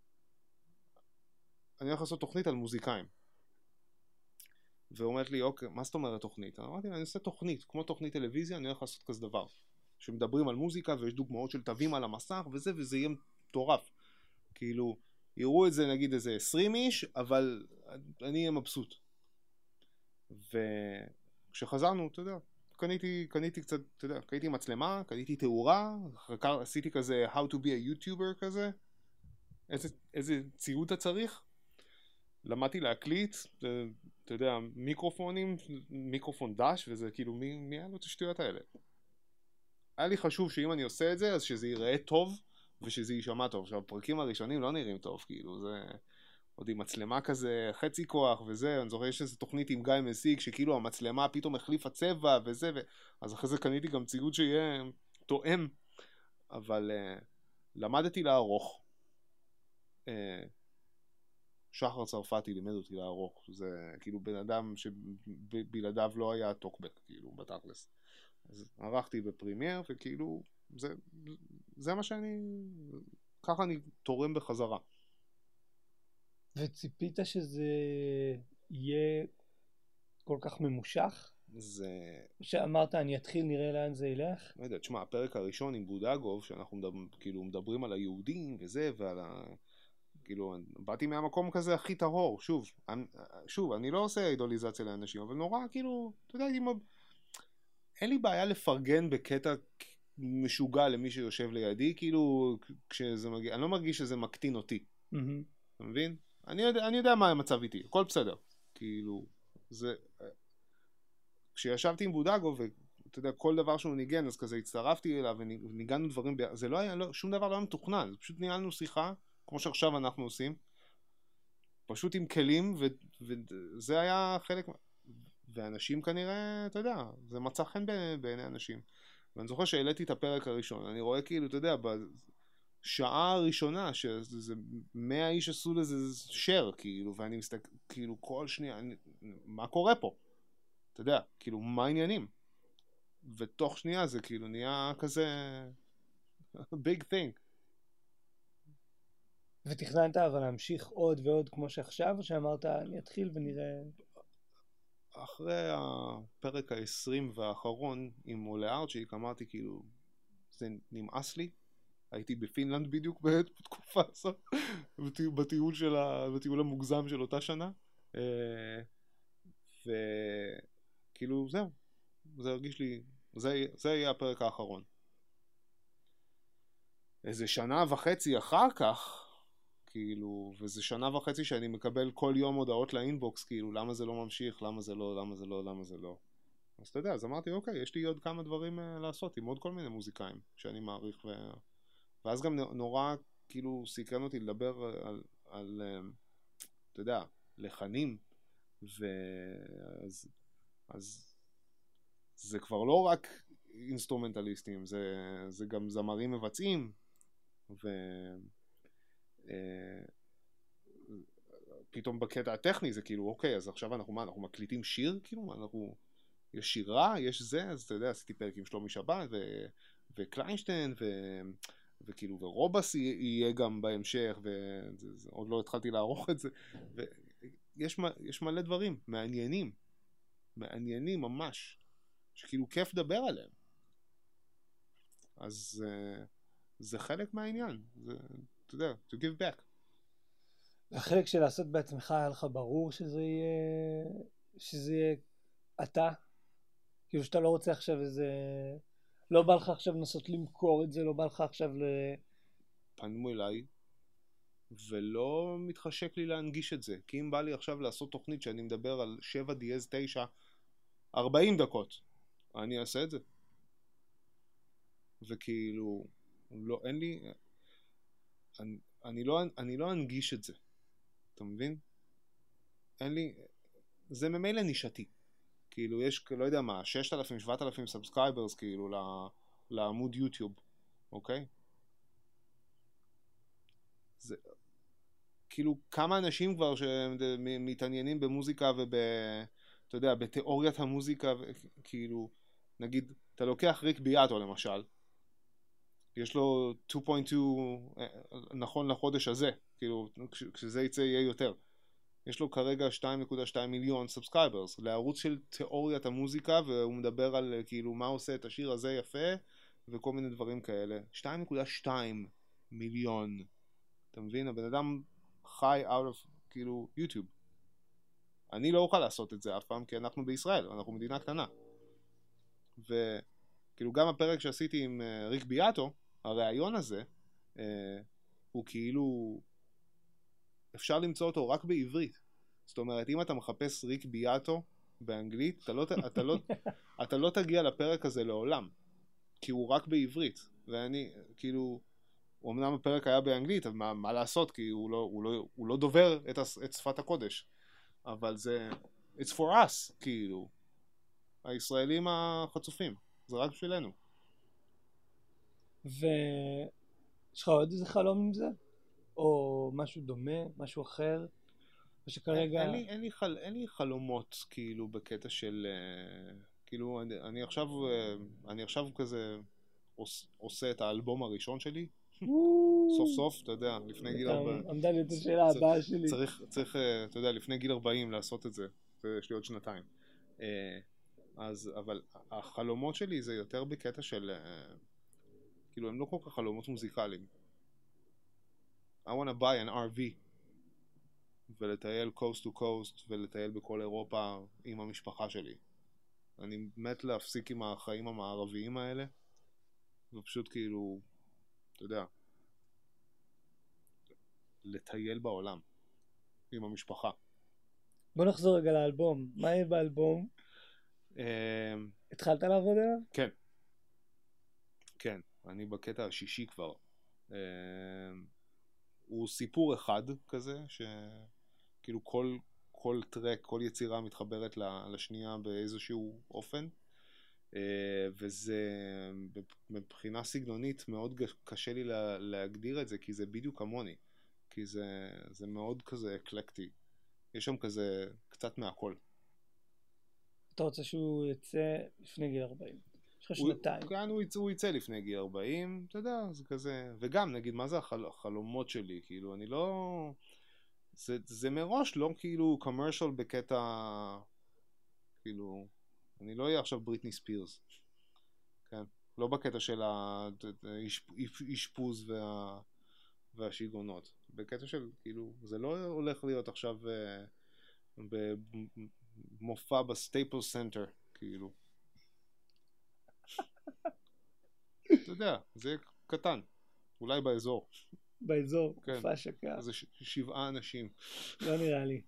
אני הולך לעשות תוכנית על מוזיקאים. ואומרת לי, אוקיי, מה זאת אומרת תוכנית? אמרתי לה, אני עושה תוכנית, כמו תוכנית טלוויזיה, אני הולך לעשות כזה דבר. שמדברים על מוזיקה ויש דוגמאות של תווים על המסך וזה, וזה יהיה מטורף. כאילו, יראו את זה נגיד איזה עשרים איש, אבל אני אהיה מבסוט. וכשחזרנו, אתה יודע, קניתי, קניתי קצת, אתה יודע, קניתי מצלמה, קניתי תאורה, עשיתי כזה how to be a YouTuber כזה, איזה, איזה ציוד אתה צריך? למדתי להקליט, אתה יודע, מיקרופונים, מיקרופון דש, וזה כאילו, מי, מי היה לו את השטויות האלה? היה לי חשוב שאם אני עושה את זה, אז שזה ייראה טוב, ושזה יישמע טוב. עכשיו, הפרקים הראשונים לא נראים טוב, כאילו, זה עוד עם מצלמה כזה, חצי כוח וזה, אני זוכר, יש איזו תוכנית עם גיא מסיק, שכאילו המצלמה פתאום החליפה צבע וזה, ו... אז אחרי זה קניתי גם ציוד שיהיה תואם, אבל uh, למדתי לערוך. Uh, שחר צרפתי לימד אותי לערוך, זה כאילו בן אדם שבלעדיו לא היה טוקבק, כאילו, בתכלס. אז ערכתי בפרימייר, וכאילו, זה, זה מה שאני, ככה אני תורם בחזרה. וציפית שזה יהיה כל כך ממושך? זה... שאמרת, אני אתחיל, נראה לאן זה ילך? לא יודע, תשמע, הפרק הראשון עם בודגוב, שאנחנו מדבר, כאילו מדברים על היהודים וזה, ועל ה... כאילו, באתי מהמקום כזה הכי טהור, שוב, אני, שוב, אני לא עושה אידוליזציה לאנשים, אבל נורא, כאילו, אתה יודע, עם... אין לי בעיה לפרגן בקטע משוגע למי שיושב לידי, כאילו, כשזה מגיע, אני לא מרגיש שזה מקטין אותי, Mm-hmm. אתה מבין? אני יודע, אני יודע מה המצב איתי, הכל בסדר, כאילו, זה... כשישבתי עם בודגו, ואתה יודע, כל דבר שהוא ניגן, אז כזה הצטרפתי אליו, וניגענו דברים, זה לא היה, לא, שום דבר לא היה מתוכנן, זה פשוט ניהלנו שיחה, כמו שעכשיו אנחנו עושים, פשוט עם כלים, ו, וזה היה חלק, ואנשים כנראה, אתה יודע, זה מצא חן בעיני אנשים. ואני זוכר שהעליתי את הפרק הראשון, אני רואה כאילו, אתה יודע, בשעה הראשונה, שזה מאה איש עשו לזה שר, כאילו, ואני מסתכל, כאילו, כל שנייה, אני, מה קורה פה? אתה יודע, כאילו, מה העניינים? ותוך שנייה זה כאילו נהיה כזה big thing. ותכננת אבל להמשיך עוד ועוד כמו שעכשיו, או שאמרת אני אתחיל ונראה? אחרי הפרק ה-עשרים והאחרון עם עולה ארצ'יק, אמרתי כאילו, זה נמאס לי. הייתי בפינלנד בדיוק בתקופה הזאת, בטיול, של ה... בטיול המוגזם של אותה שנה. וכאילו זהו, זה הרגיש לי, זה, זה יהיה הפרק האחרון. איזה שנה וחצי אחר כך, כאילו, וזה שנה וחצי שאני מקבל כל יום הודעות לאינבוקס, כאילו, למה זה לא ממשיך, למה זה לא, למה זה לא, למה זה לא. אז אתה יודע, אז אמרתי, אוקיי, יש לי עוד כמה דברים uh, לעשות עם עוד כל מיני מוזיקאים שאני מעריך, ו... ואז גם נורא, כאילו, סיקרן אותי לדבר על, על uh, אתה יודע, לחנים, ואז, אז זה כבר לא רק אינסטרומנטליסטים, זה, זה גם זמרים מבצעים, ו... פתאום בקטע הטכני זה כאילו אוקיי, אז עכשיו אנחנו מה, אנחנו מקליטים שיר כאילו, אנחנו, יש שירה, יש זה, אז אתה יודע, עשיתי פרק עם שלומי שבת ו... וקליינשטיין ו... וכאילו ורובס יהיה גם בהמשך, ועוד לא התחלתי לערוך את זה, ויש יש מלא דברים מעניינים, מעניינים ממש, שכאילו כיף לדבר עליהם, אז זה חלק מהעניין, זה, אתה יודע, to give back. החלק של לעשות בעצמך היה לך ברור שזה יהיה, שזה יהיה אתה? כאילו שאתה לא רוצה עכשיו איזה, לא בא לך עכשיו לנסות למכור את זה, לא בא לך עכשיו ל... פנו אליי, ולא מתחשק לי להנגיש את זה, כי אם בא לי עכשיו לעשות תוכנית שאני מדבר על שבע דיאז תשע, ארבעים דקות, אני אעשה את זה. וכאילו, לא, אין לי, אני, אני לא, אני לא אנגיש את זה. אתה מבין? אין לי, זה ממילא נישתי. כאילו יש, לא יודע מה, ששת אלפים, שבעת אלפים סאבסקרייברס כאילו לעמוד יוטיוב, אוקיי? זה, כאילו כמה אנשים כבר שמתעניינים במוזיקה וב, אתה יודע, בתיאוריית המוזיקה, כאילו, נגיד, אתה לוקח ריק ביאטו למשל, יש לו שתיים נקודה שתיים נכון לחודש הזה, כאילו, כשזה יצא יהיה יותר. יש לו כרגע שתיים נקודה שתיים מיליון סאבסקרייברס לערוץ של תיאוריית המוזיקה, והוא מדבר על כאילו מה עושה את השיר הזה יפה וכל מיני דברים כאלה. שתיים נקודה שתיים מיליון, אתה מבין? הבן אדם חי out of כאילו יוטיוב. אני לא אוכל לעשות את זה אף פעם, כי אנחנו בישראל, אנחנו מדינה קטנה. וכאילו גם הפרק שעשיתי עם ריק ביאטו, הרעיון הזה הוא כאילו אפשר למצוא אותו רק בעברית. זאת אומרת, אם אתה מחפש ריק ביאטו באנגלית, אתה לא, אתה לא, אתה לא תגיע לפרק הזה לעולם, כי הוא רק בעברית. ואני, כאילו, אמנם הפרק היה באנגלית, אז מה, מה לעשות? כי הוא לא, הוא לא, הוא לא דובר את, את שפת הקודש. אבל זה, it's for us, כאילו. הישראלים החצופים. זה רק בשבילנו. ויש לך עוד איזה חלום עם זה? או משהו דומה, משהו אחר, או שכרגע... אין, אין, לי, אין, לי חל, אין לי חלומות, כאילו, בקטע של... כאילו, אני, אני עכשיו, אני עכשיו כזה עוש, עושה את האלבום הראשון שלי, סוף סוף, אתה יודע, לפני גיל ארבעים. עמדה לי את השאלה הבאה שלי. צריך, צריך, אתה יודע, לפני גיל ארבעים לעשות את זה, יש לי עוד שנתיים. אז, אבל החלומות שלי זה יותר בקטע של... כאילו, הם לא כל כך חלומות מוזיקליים. I want to buy an אר וי ולטייל coast to coast ולטייל בכל אירופה עם המשפחה שלי. אני מת להפסיק עם החיים המערביים האלה ופשוט כאילו, אתה יודע, לטייל בעולם עם המשפחה. בוא נחזור רגע לאלבום. מה יהיה באלבום? התחלת לעבוד עליו? כן. כן, אני בקטע השישי כבר. הוא סיפור אחד כזה, שכאילו כל, כל טרק, כל יצירה מתחברת לשנייה באיזשהו אופן, וזה מבחינה סגנונית מאוד קשה לי להגדיר את זה, כי זה בדיוק כמוני, כי זה, זה מאוד כזה אקלקטי. יש שם כזה קצת מהכל. אתה רוצה שהוא יצא לפני גיל ארבעים? יש לך שנתיים. כן, הוא יצא, הוא יצא לפני גיל ארבעים, אתה יודע, זה כזה, וגם נגיד, מה זה החל, החלומות שלי, כאילו, אני לא, זה, זה מראש לא כאילו קומרשל בקטע, כאילו, אני לא אהיה עכשיו בריטני ספירס, כן, לא בקטע של האשפוז וה, והשיגעונות, בקטע של, כאילו, זה לא הולך להיות עכשיו במופע בסטייפל סנטר, כאילו. אתה יודע, זה קטן, אולי באזור. באזור, תקופה שקה. זה שבעה אנשים. לא נראה לי.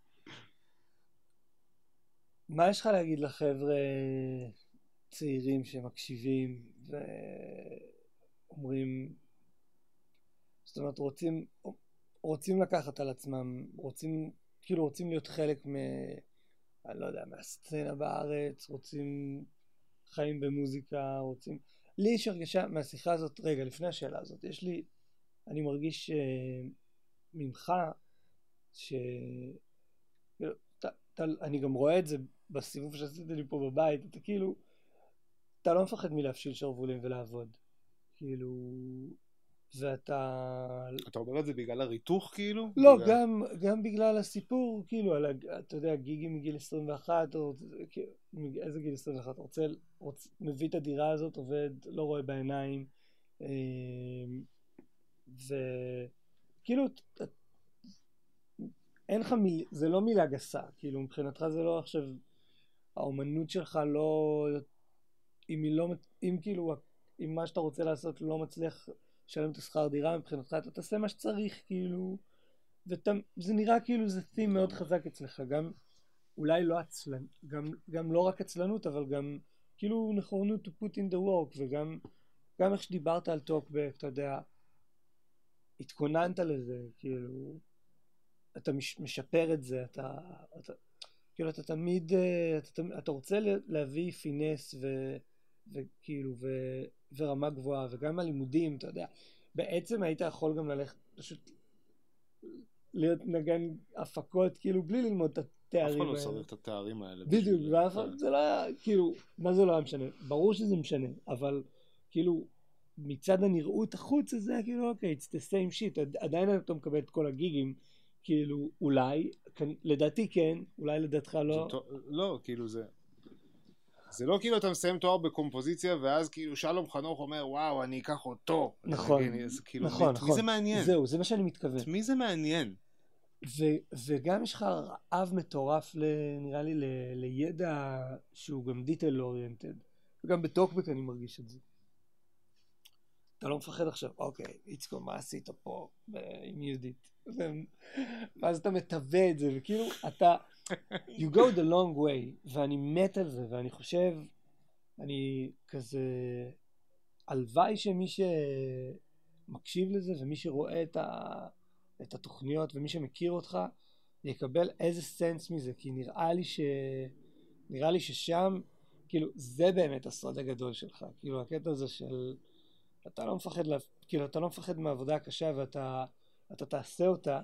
מה יש לך להגיד לחבר'ה צעירים שמקשיבים ואומרים, זאת אומרת, רוצים, רוצים לקחת על עצמם, רוצים, כאילו רוצים להיות חלק מ... אני לא יודע, מהסצנה בארץ, רוצים חיים במוזיקה, רוצים... לי יש הרגשה מהשיחה הזאת, רגע, לפני השאלה הזאת, יש לי, אני מרגיש uh, ממך, ש... כאילו, ת, ת, אני גם רואה את זה בסיבוב שעשיתי לי פה בבית, אתה כאילו, אתה לא מפחד מלהפשיל שרבולים ולעבוד, כאילו, ואתה... אתה אומר את זה בגלל הריתוך, כאילו? לא, בגלל... גם, גם בגלל הסיפור, כאילו, על, אתה יודע, גיגי מגיל עשרים ואחת, או, איזה גיל עשרים ואחת? רוצה, רוצה, מביא את הדירה הזאת, עובד, לא רואה בעיניים, וכאילו, אין לך מיל... זה לא מילה גסה, כאילו, מבחינתך זה לא עכשיו, האומנות שלך לא, אם היא לא, אם כאילו, אם מה שאתה רוצה לעשות לא מצליח לשלם את השכר דירה, מבחינתך אתה תעשה מה שצריך, כאילו, וזה נראה כאילו זה תים מאוד חזק אצלך, גם, אולי לא עצלנות, גם, גם לא רק עצלנות, אבל גם, כאילו, נכונות to put in the work, וגם, גם איך שדיברת על טוקבק, אתה יודע, התכוננת לזה, כאילו, אתה משפר את זה, אתה, אתה כאילו, אתה תמיד, אתה, אתה רוצה להביא פינס ו, וכאילו, ו, ורמה גבוהה, וגם הלימודים, אתה יודע, בעצם היית יכול גם ללכת, פשוט להיות נגן הפקות, כאילו, בלי ללמוד את התארים האלה. אף אחד לא צריך את התארים האלה. בדיוק, ואף אחד, זה לא היה, כאילו, מה זה לא היה משנה? ברור שזה משנה, אבל, כאילו, מצד הנראות החוץ הזה, כאילו, אוקיי, it's the same shit, עדיין אתה מקבל את כל הגיגים, כאילו, אולי, לדעתי כן, אולי לדעתך לא. לא, כאילו זה, זה לא כאילו אתה מסיים תואר בקומפוזיציה, ואז כאילו שלום חנוך אומר, וואו, אני אקח אותו. נכון, נכון, נכון. מי זה מעניין? זהו, זה מה שאני מתכוון. מי זה מעניין? וגם יש לך רעב מטורף, נראה לי, לידע שהוא גם דיטל אוריינטד. וגם בטוקבק אני מרגיש את זה. אתה לא מפחד עכשיו, אוקיי, איצקו, מה עשית פה עם יהודית? ואז אתה מטווה את זה, וכאילו, אתה, you go the long way, ואני מת על זה, ואני חושב, אני כזה, הלוואי שמי שמקשיב לזה, ומי שרואה את, ה, את התוכניות, ומי שמכיר אותך, יקבל איזה סנס מזה, כי נראה לי ש, נראה לי ששם, כאילו, זה באמת הסוד הגדול שלך, כאילו, הקטע הזה של, אתה לא מפחד, לה, כאילו, אתה לא מפחד מהעבודה הקשה, ואתה, אתה תעשה אותה,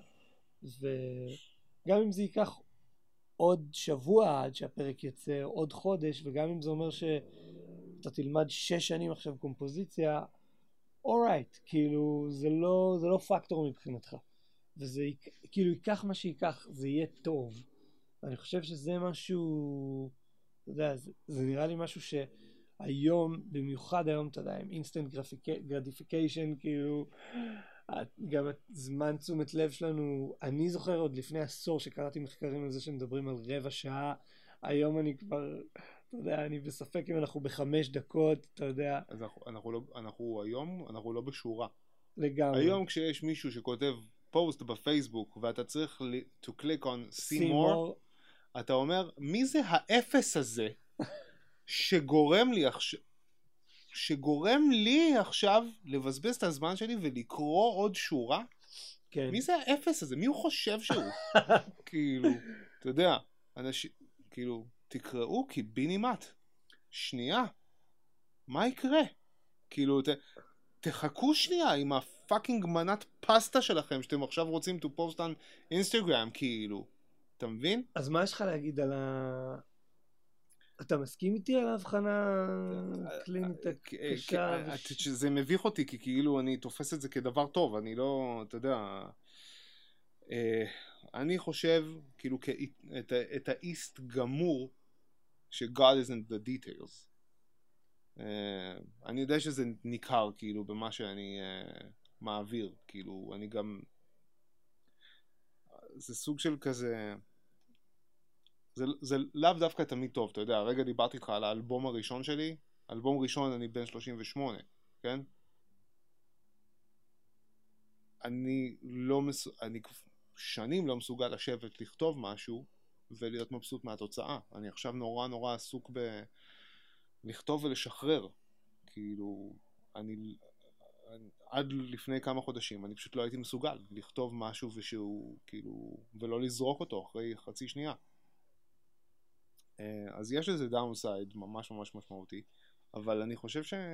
וגם אם זה ייקח עוד שבוע עד שהפרק יצא, עוד חודש, וגם אם זה אומר שאתה תלמד שש שנים עכשיו קומפוזיציה, alright, כאילו, זה לא, זה לא פקטור מבחינתך. וזה, כאילו, ייקח מה שיקח, זה יהיה טוב. ואני חושב שזה משהו, אתה יודע, זה, זה נראה לי משהו שהיום, במיוחד היום, אתה יודע, עם instant gratification, כאילו, גם זמן תשומת לב שלנו, אני זוכר עוד לפני עשור שקראתי מחקרים על זה שמדברים על רבע שעה, היום אני כבר, אתה יודע, אני בספק אם אנחנו בחמש דקות, אתה יודע. אז אנחנו, אנחנו, לא, אנחנו היום, אנחנו לא בשורה. לגמרי. היום כשיש מישהו שכותב פוסט בפייסבוק, ואתה צריך to click on see see more, more, אתה אומר, מי זה האפס הזה שגורם לי עכשיו, שגורם לי עכשיו לבזבז את הזמן שלי ולקרוא עוד שורה? כן. מי זה האפס הזה? מי הוא חושב שהוא? כאילו, אתה יודע, אנשים, כאילו, תקראו קיבינימט. שנייה, מה יקרה? כאילו, ת, תחכו שנייה עם הפאקינג מנת פסטה שלכם שאתם עכשיו רוצים to post on Instagram, כאילו, אתה מבין? אז מה יש לך להגיד על ה... אתה מסכים איתי על ההבחנה קלינית קשה? זה מביך אותי, כי כאילו אני תופס את זה כדבר טוב, אני לא, אתה יודע, אני חושב, כאילו, את האיסט גמור, ש-God isn't the details. אני יודע שזה ניכר, כאילו, במה שאני מעביר, כאילו, אני גם, זה סוג של כזה, זה, זה לאו דווקא תמיד טוב, אתה יודע, הרגע דיברתי איתך על האלבום הראשון שלי, אלבום ראשון אני בן שלושים ושמונה, כן? אני לא, מס... אני שנים לא מסוגל לשבת לכתוב משהו ולהיות מבסוט מהתוצאה. אני עכשיו נורא נורא עסוק ב... לכתוב ולשחרר. כאילו, אני... אני... עד לפני כמה חודשים אני פשוט לא הייתי מסוגל לכתוב משהו ושהוא, כאילו, ולא לזרוק אותו אחרי חצי שנייה. אז יש לזה דאונסייד ממש ממש משמעותי, אבל אני חושב ש...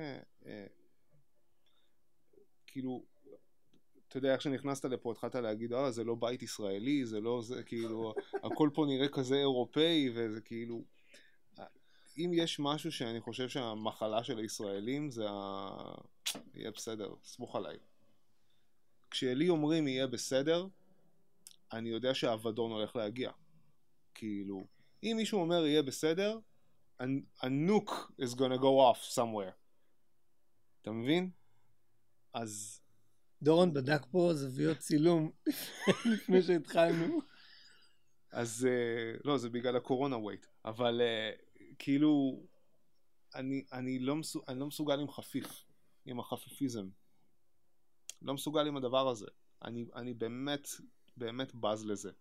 כאילו, אתה יודע, איך שנכנסת לפה, התחלת להגיד, אה, זה לא בית ישראלי, זה לא זה, כאילו, הכל פה נראה כזה אירופאי, וזה כאילו... אם יש משהו שאני חושב שהמחלה של הישראלים, זה ה... יהיה בסדר, סמוך עליי. כשלי אומרים יהיה בסדר, אני יודע שהאבדון הולך להגיע. כאילו... אם מישהו אומר יהיה בסדר, a, a nuke is gonna go off somewhere. אתה מבין? אז... דורון בדק פה זוויות צילום לפני שהתחלנו. אז, uh, לא, זה בגלל הקורונה wait. אבל uh, כאילו, אני, אני, לא מסוג, אני לא מסוגל עם חפיף, עם החפיפיזם. לא מסוגל עם הדבר הזה. אני, אני באמת, באמת בז לזה.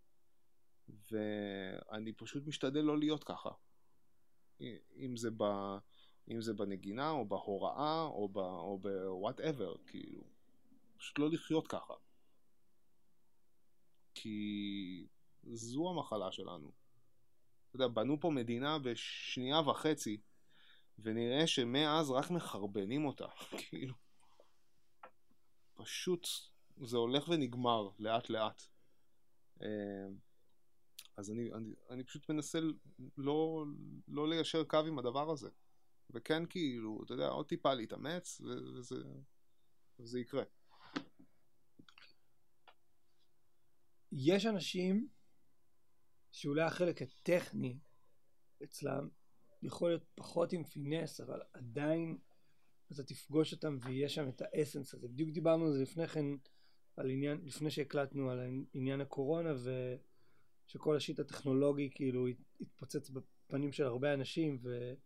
ואני פשוט משתדל לא להיות ככה. אם זה, ב, אם זה בנגינה, או בהוראה, או ב, או ב-whatever, כאילו. פשוט לא לחיות ככה. כי זו המחלה שלנו. אתה יודע, בנו פה מדינה בשנייה וחצי, ונראה שמאז רק מחרבנים אותה. כאילו. פשוט זה הולך ונגמר לאט לאט. אז אני, אני, אני פשוט מנסה לא, לא ליישר קו עם הדבר הזה. וכן, כאילו, אתה יודע, עוד טיפה להתאמץ, וזה, וזה יקרה. יש אנשים שאולי החלק הטכני אצלם יכול להיות פחות עם פינס, אבל עדיין אתה תפגוש אותם ויש שם את האסנס הזה. בדיוק דיברנו על זה לפני כן, על עניין, לפני שהקלטנו על עניין הקורונה, ו... שכל השיט הטכנולוגי כאילו התפוצץ בפנים של הרבה אנשים,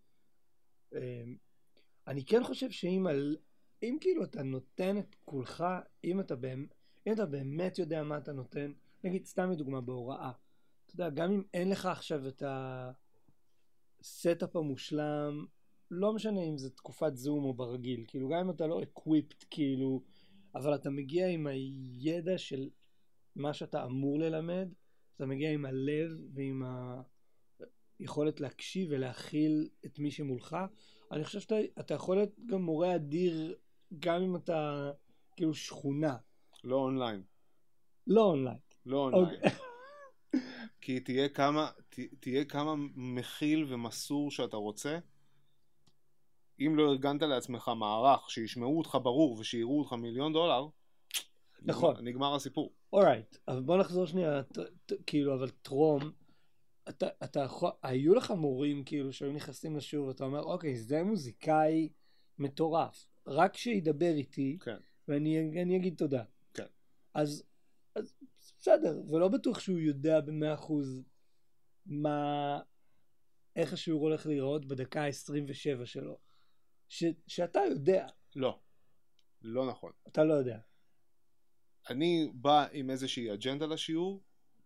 ואני כן חושב שאם על... אם כאילו אתה נותן את כולך, אם אתה, באמת, אם אתה באמת יודע מה אתה נותן, נגיד סתם לדוגמה בהוראה, אתה יודע, גם אם אין לך עכשיו את הסטאפ המושלם, לא משנה אם זה תקופת זום או ברגיל, כאילו גם אם אתה לא equipped כאילו, אבל אתה מגיע עם הידע של מה שאתה אמור ללמד, אתה מגיע עם הלב ועם היכולת להקשיב ולהכיל את מי שמולך. אני חושב שאתה אתה יכול להיות גם מורה אדיר, גם אם אתה כאילו שכונה. לא אונליין. לא אונליין. לא אונליין. כי תהיה כמה, ת, תהיה כמה מכיל ומסור שאתה רוצה. אם לא ארגנת לעצמך מערך שישמעו אותך ברור ושיראו אותך מיליון דולר, נכון. נגמר, נגמר הסיפור. אורייט, אבל בוא נחזור שנייה, ת, ת, כאילו, אבל טרום, אתה, אתה יכול, היו לך מורים כאילו שהיו נכנסים לשיעור ואתה אומר, אוקיי, זה מוזיקאי מטורף, רק שידבר איתי, כן. ואני אני אגיד תודה. כן. אז, אז בסדר, ולא בטוח שהוא יודע במאה אחוז מה, איך השיעור הולך להיראות בדקה ה-עשרים ושבע שלו. ש, שאתה יודע. לא. לא נכון. אתה לא יודע. אני בא עם איזושהי אג'נדה לשיעור,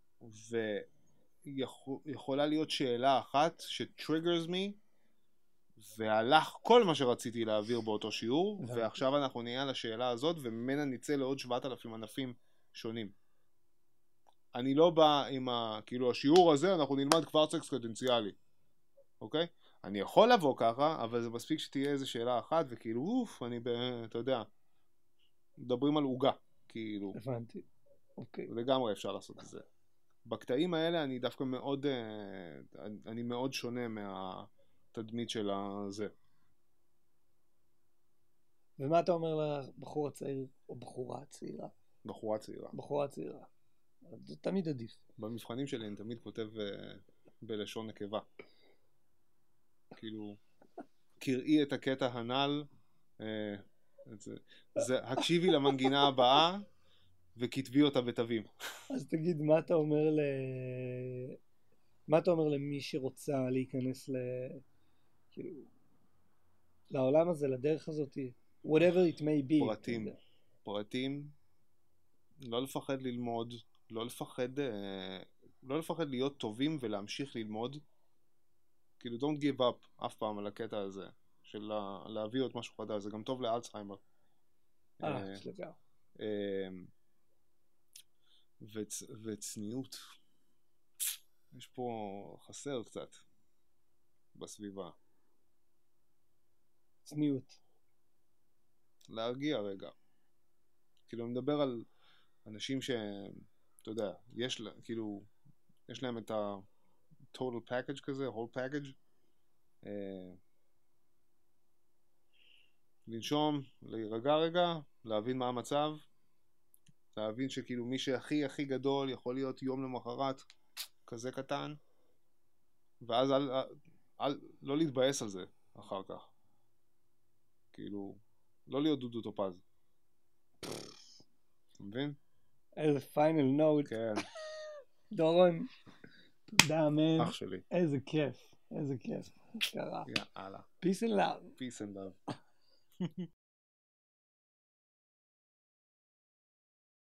ויכולה להיות שאלה אחת שטריגרס מי, והלך כל מה שרציתי להעביר באותו שיעור, ועכשיו אנחנו נהיה על השאלה הזאת, וממנה נצא לעוד שבעת אלפים ענפים שונים. אני לא בא עם ה... כאילו, השיעור הזה אנחנו נלמד קוורץ אקספוננציאלי, אוקיי? אני יכול לבוא ככה, אבל זה מספיק שתהיה איזו שאלה אחת, וכאילו, אוף, אני ב... אתה יודע, מדברים על עוגה, כאילו. הבנתי. אוקיי. לגמרי אפשר לעשות את זה. בקטעים האלה אני דווקא מאוד, אני מאוד שונה מהתדמית של הזה. ומה אתה אומר לבחור הצעיר, או בחורה הצעירה? בחורה צעירה. בחורה צעירה. זה תמיד עדיף. במבחנים שלי אני תמיד כותב בלשון נקבה. כאילו, קראי את הקטע הנ"ל, זה, זה, הקשיבי למנגינה הבאה, וכתבי אותה בתווים. אז תגיד, מה אתה אומר ל... מה אתה אומר למי שרוצה להיכנס ל... כאילו... לעולם הזה, לדרך הזאת, whatever it may be. פרטים. פרטים. לא לפחד ללמוד, לא לפחד, לא לפחד להיות טובים ולהמשיך ללמוד. כאילו, don't give up אף פעם על הקטע הזה, של להביא עוד משהו חדש. זה גם טוב לאלצהיימר. אה, סליחה. וצ... וצניעות. יש פה חסר קצת בסביבה. צניעות. להרגיע רגע. כאילו, אני מדבר על אנשים ש... אתה יודע, יש, כאילו, יש להם את ה-total package כזה, whole package. אה... לנשום, להירגע רגע, להבין מה המצב. להבין שכאילו מי שהכי הכי גדול יכול להיות יום למחרת כזה קטן, ואז אל, אל, אל, לא להתבאס על זה אחר כך. כאילו, לא להיות דודו טופז. אתה מבין? איזה פיינל נוט. כן. דורון, תודה מן. אח שלי. איזה כיף, איזה כיף. קרה. יאללה. Peace and love. Peace and love.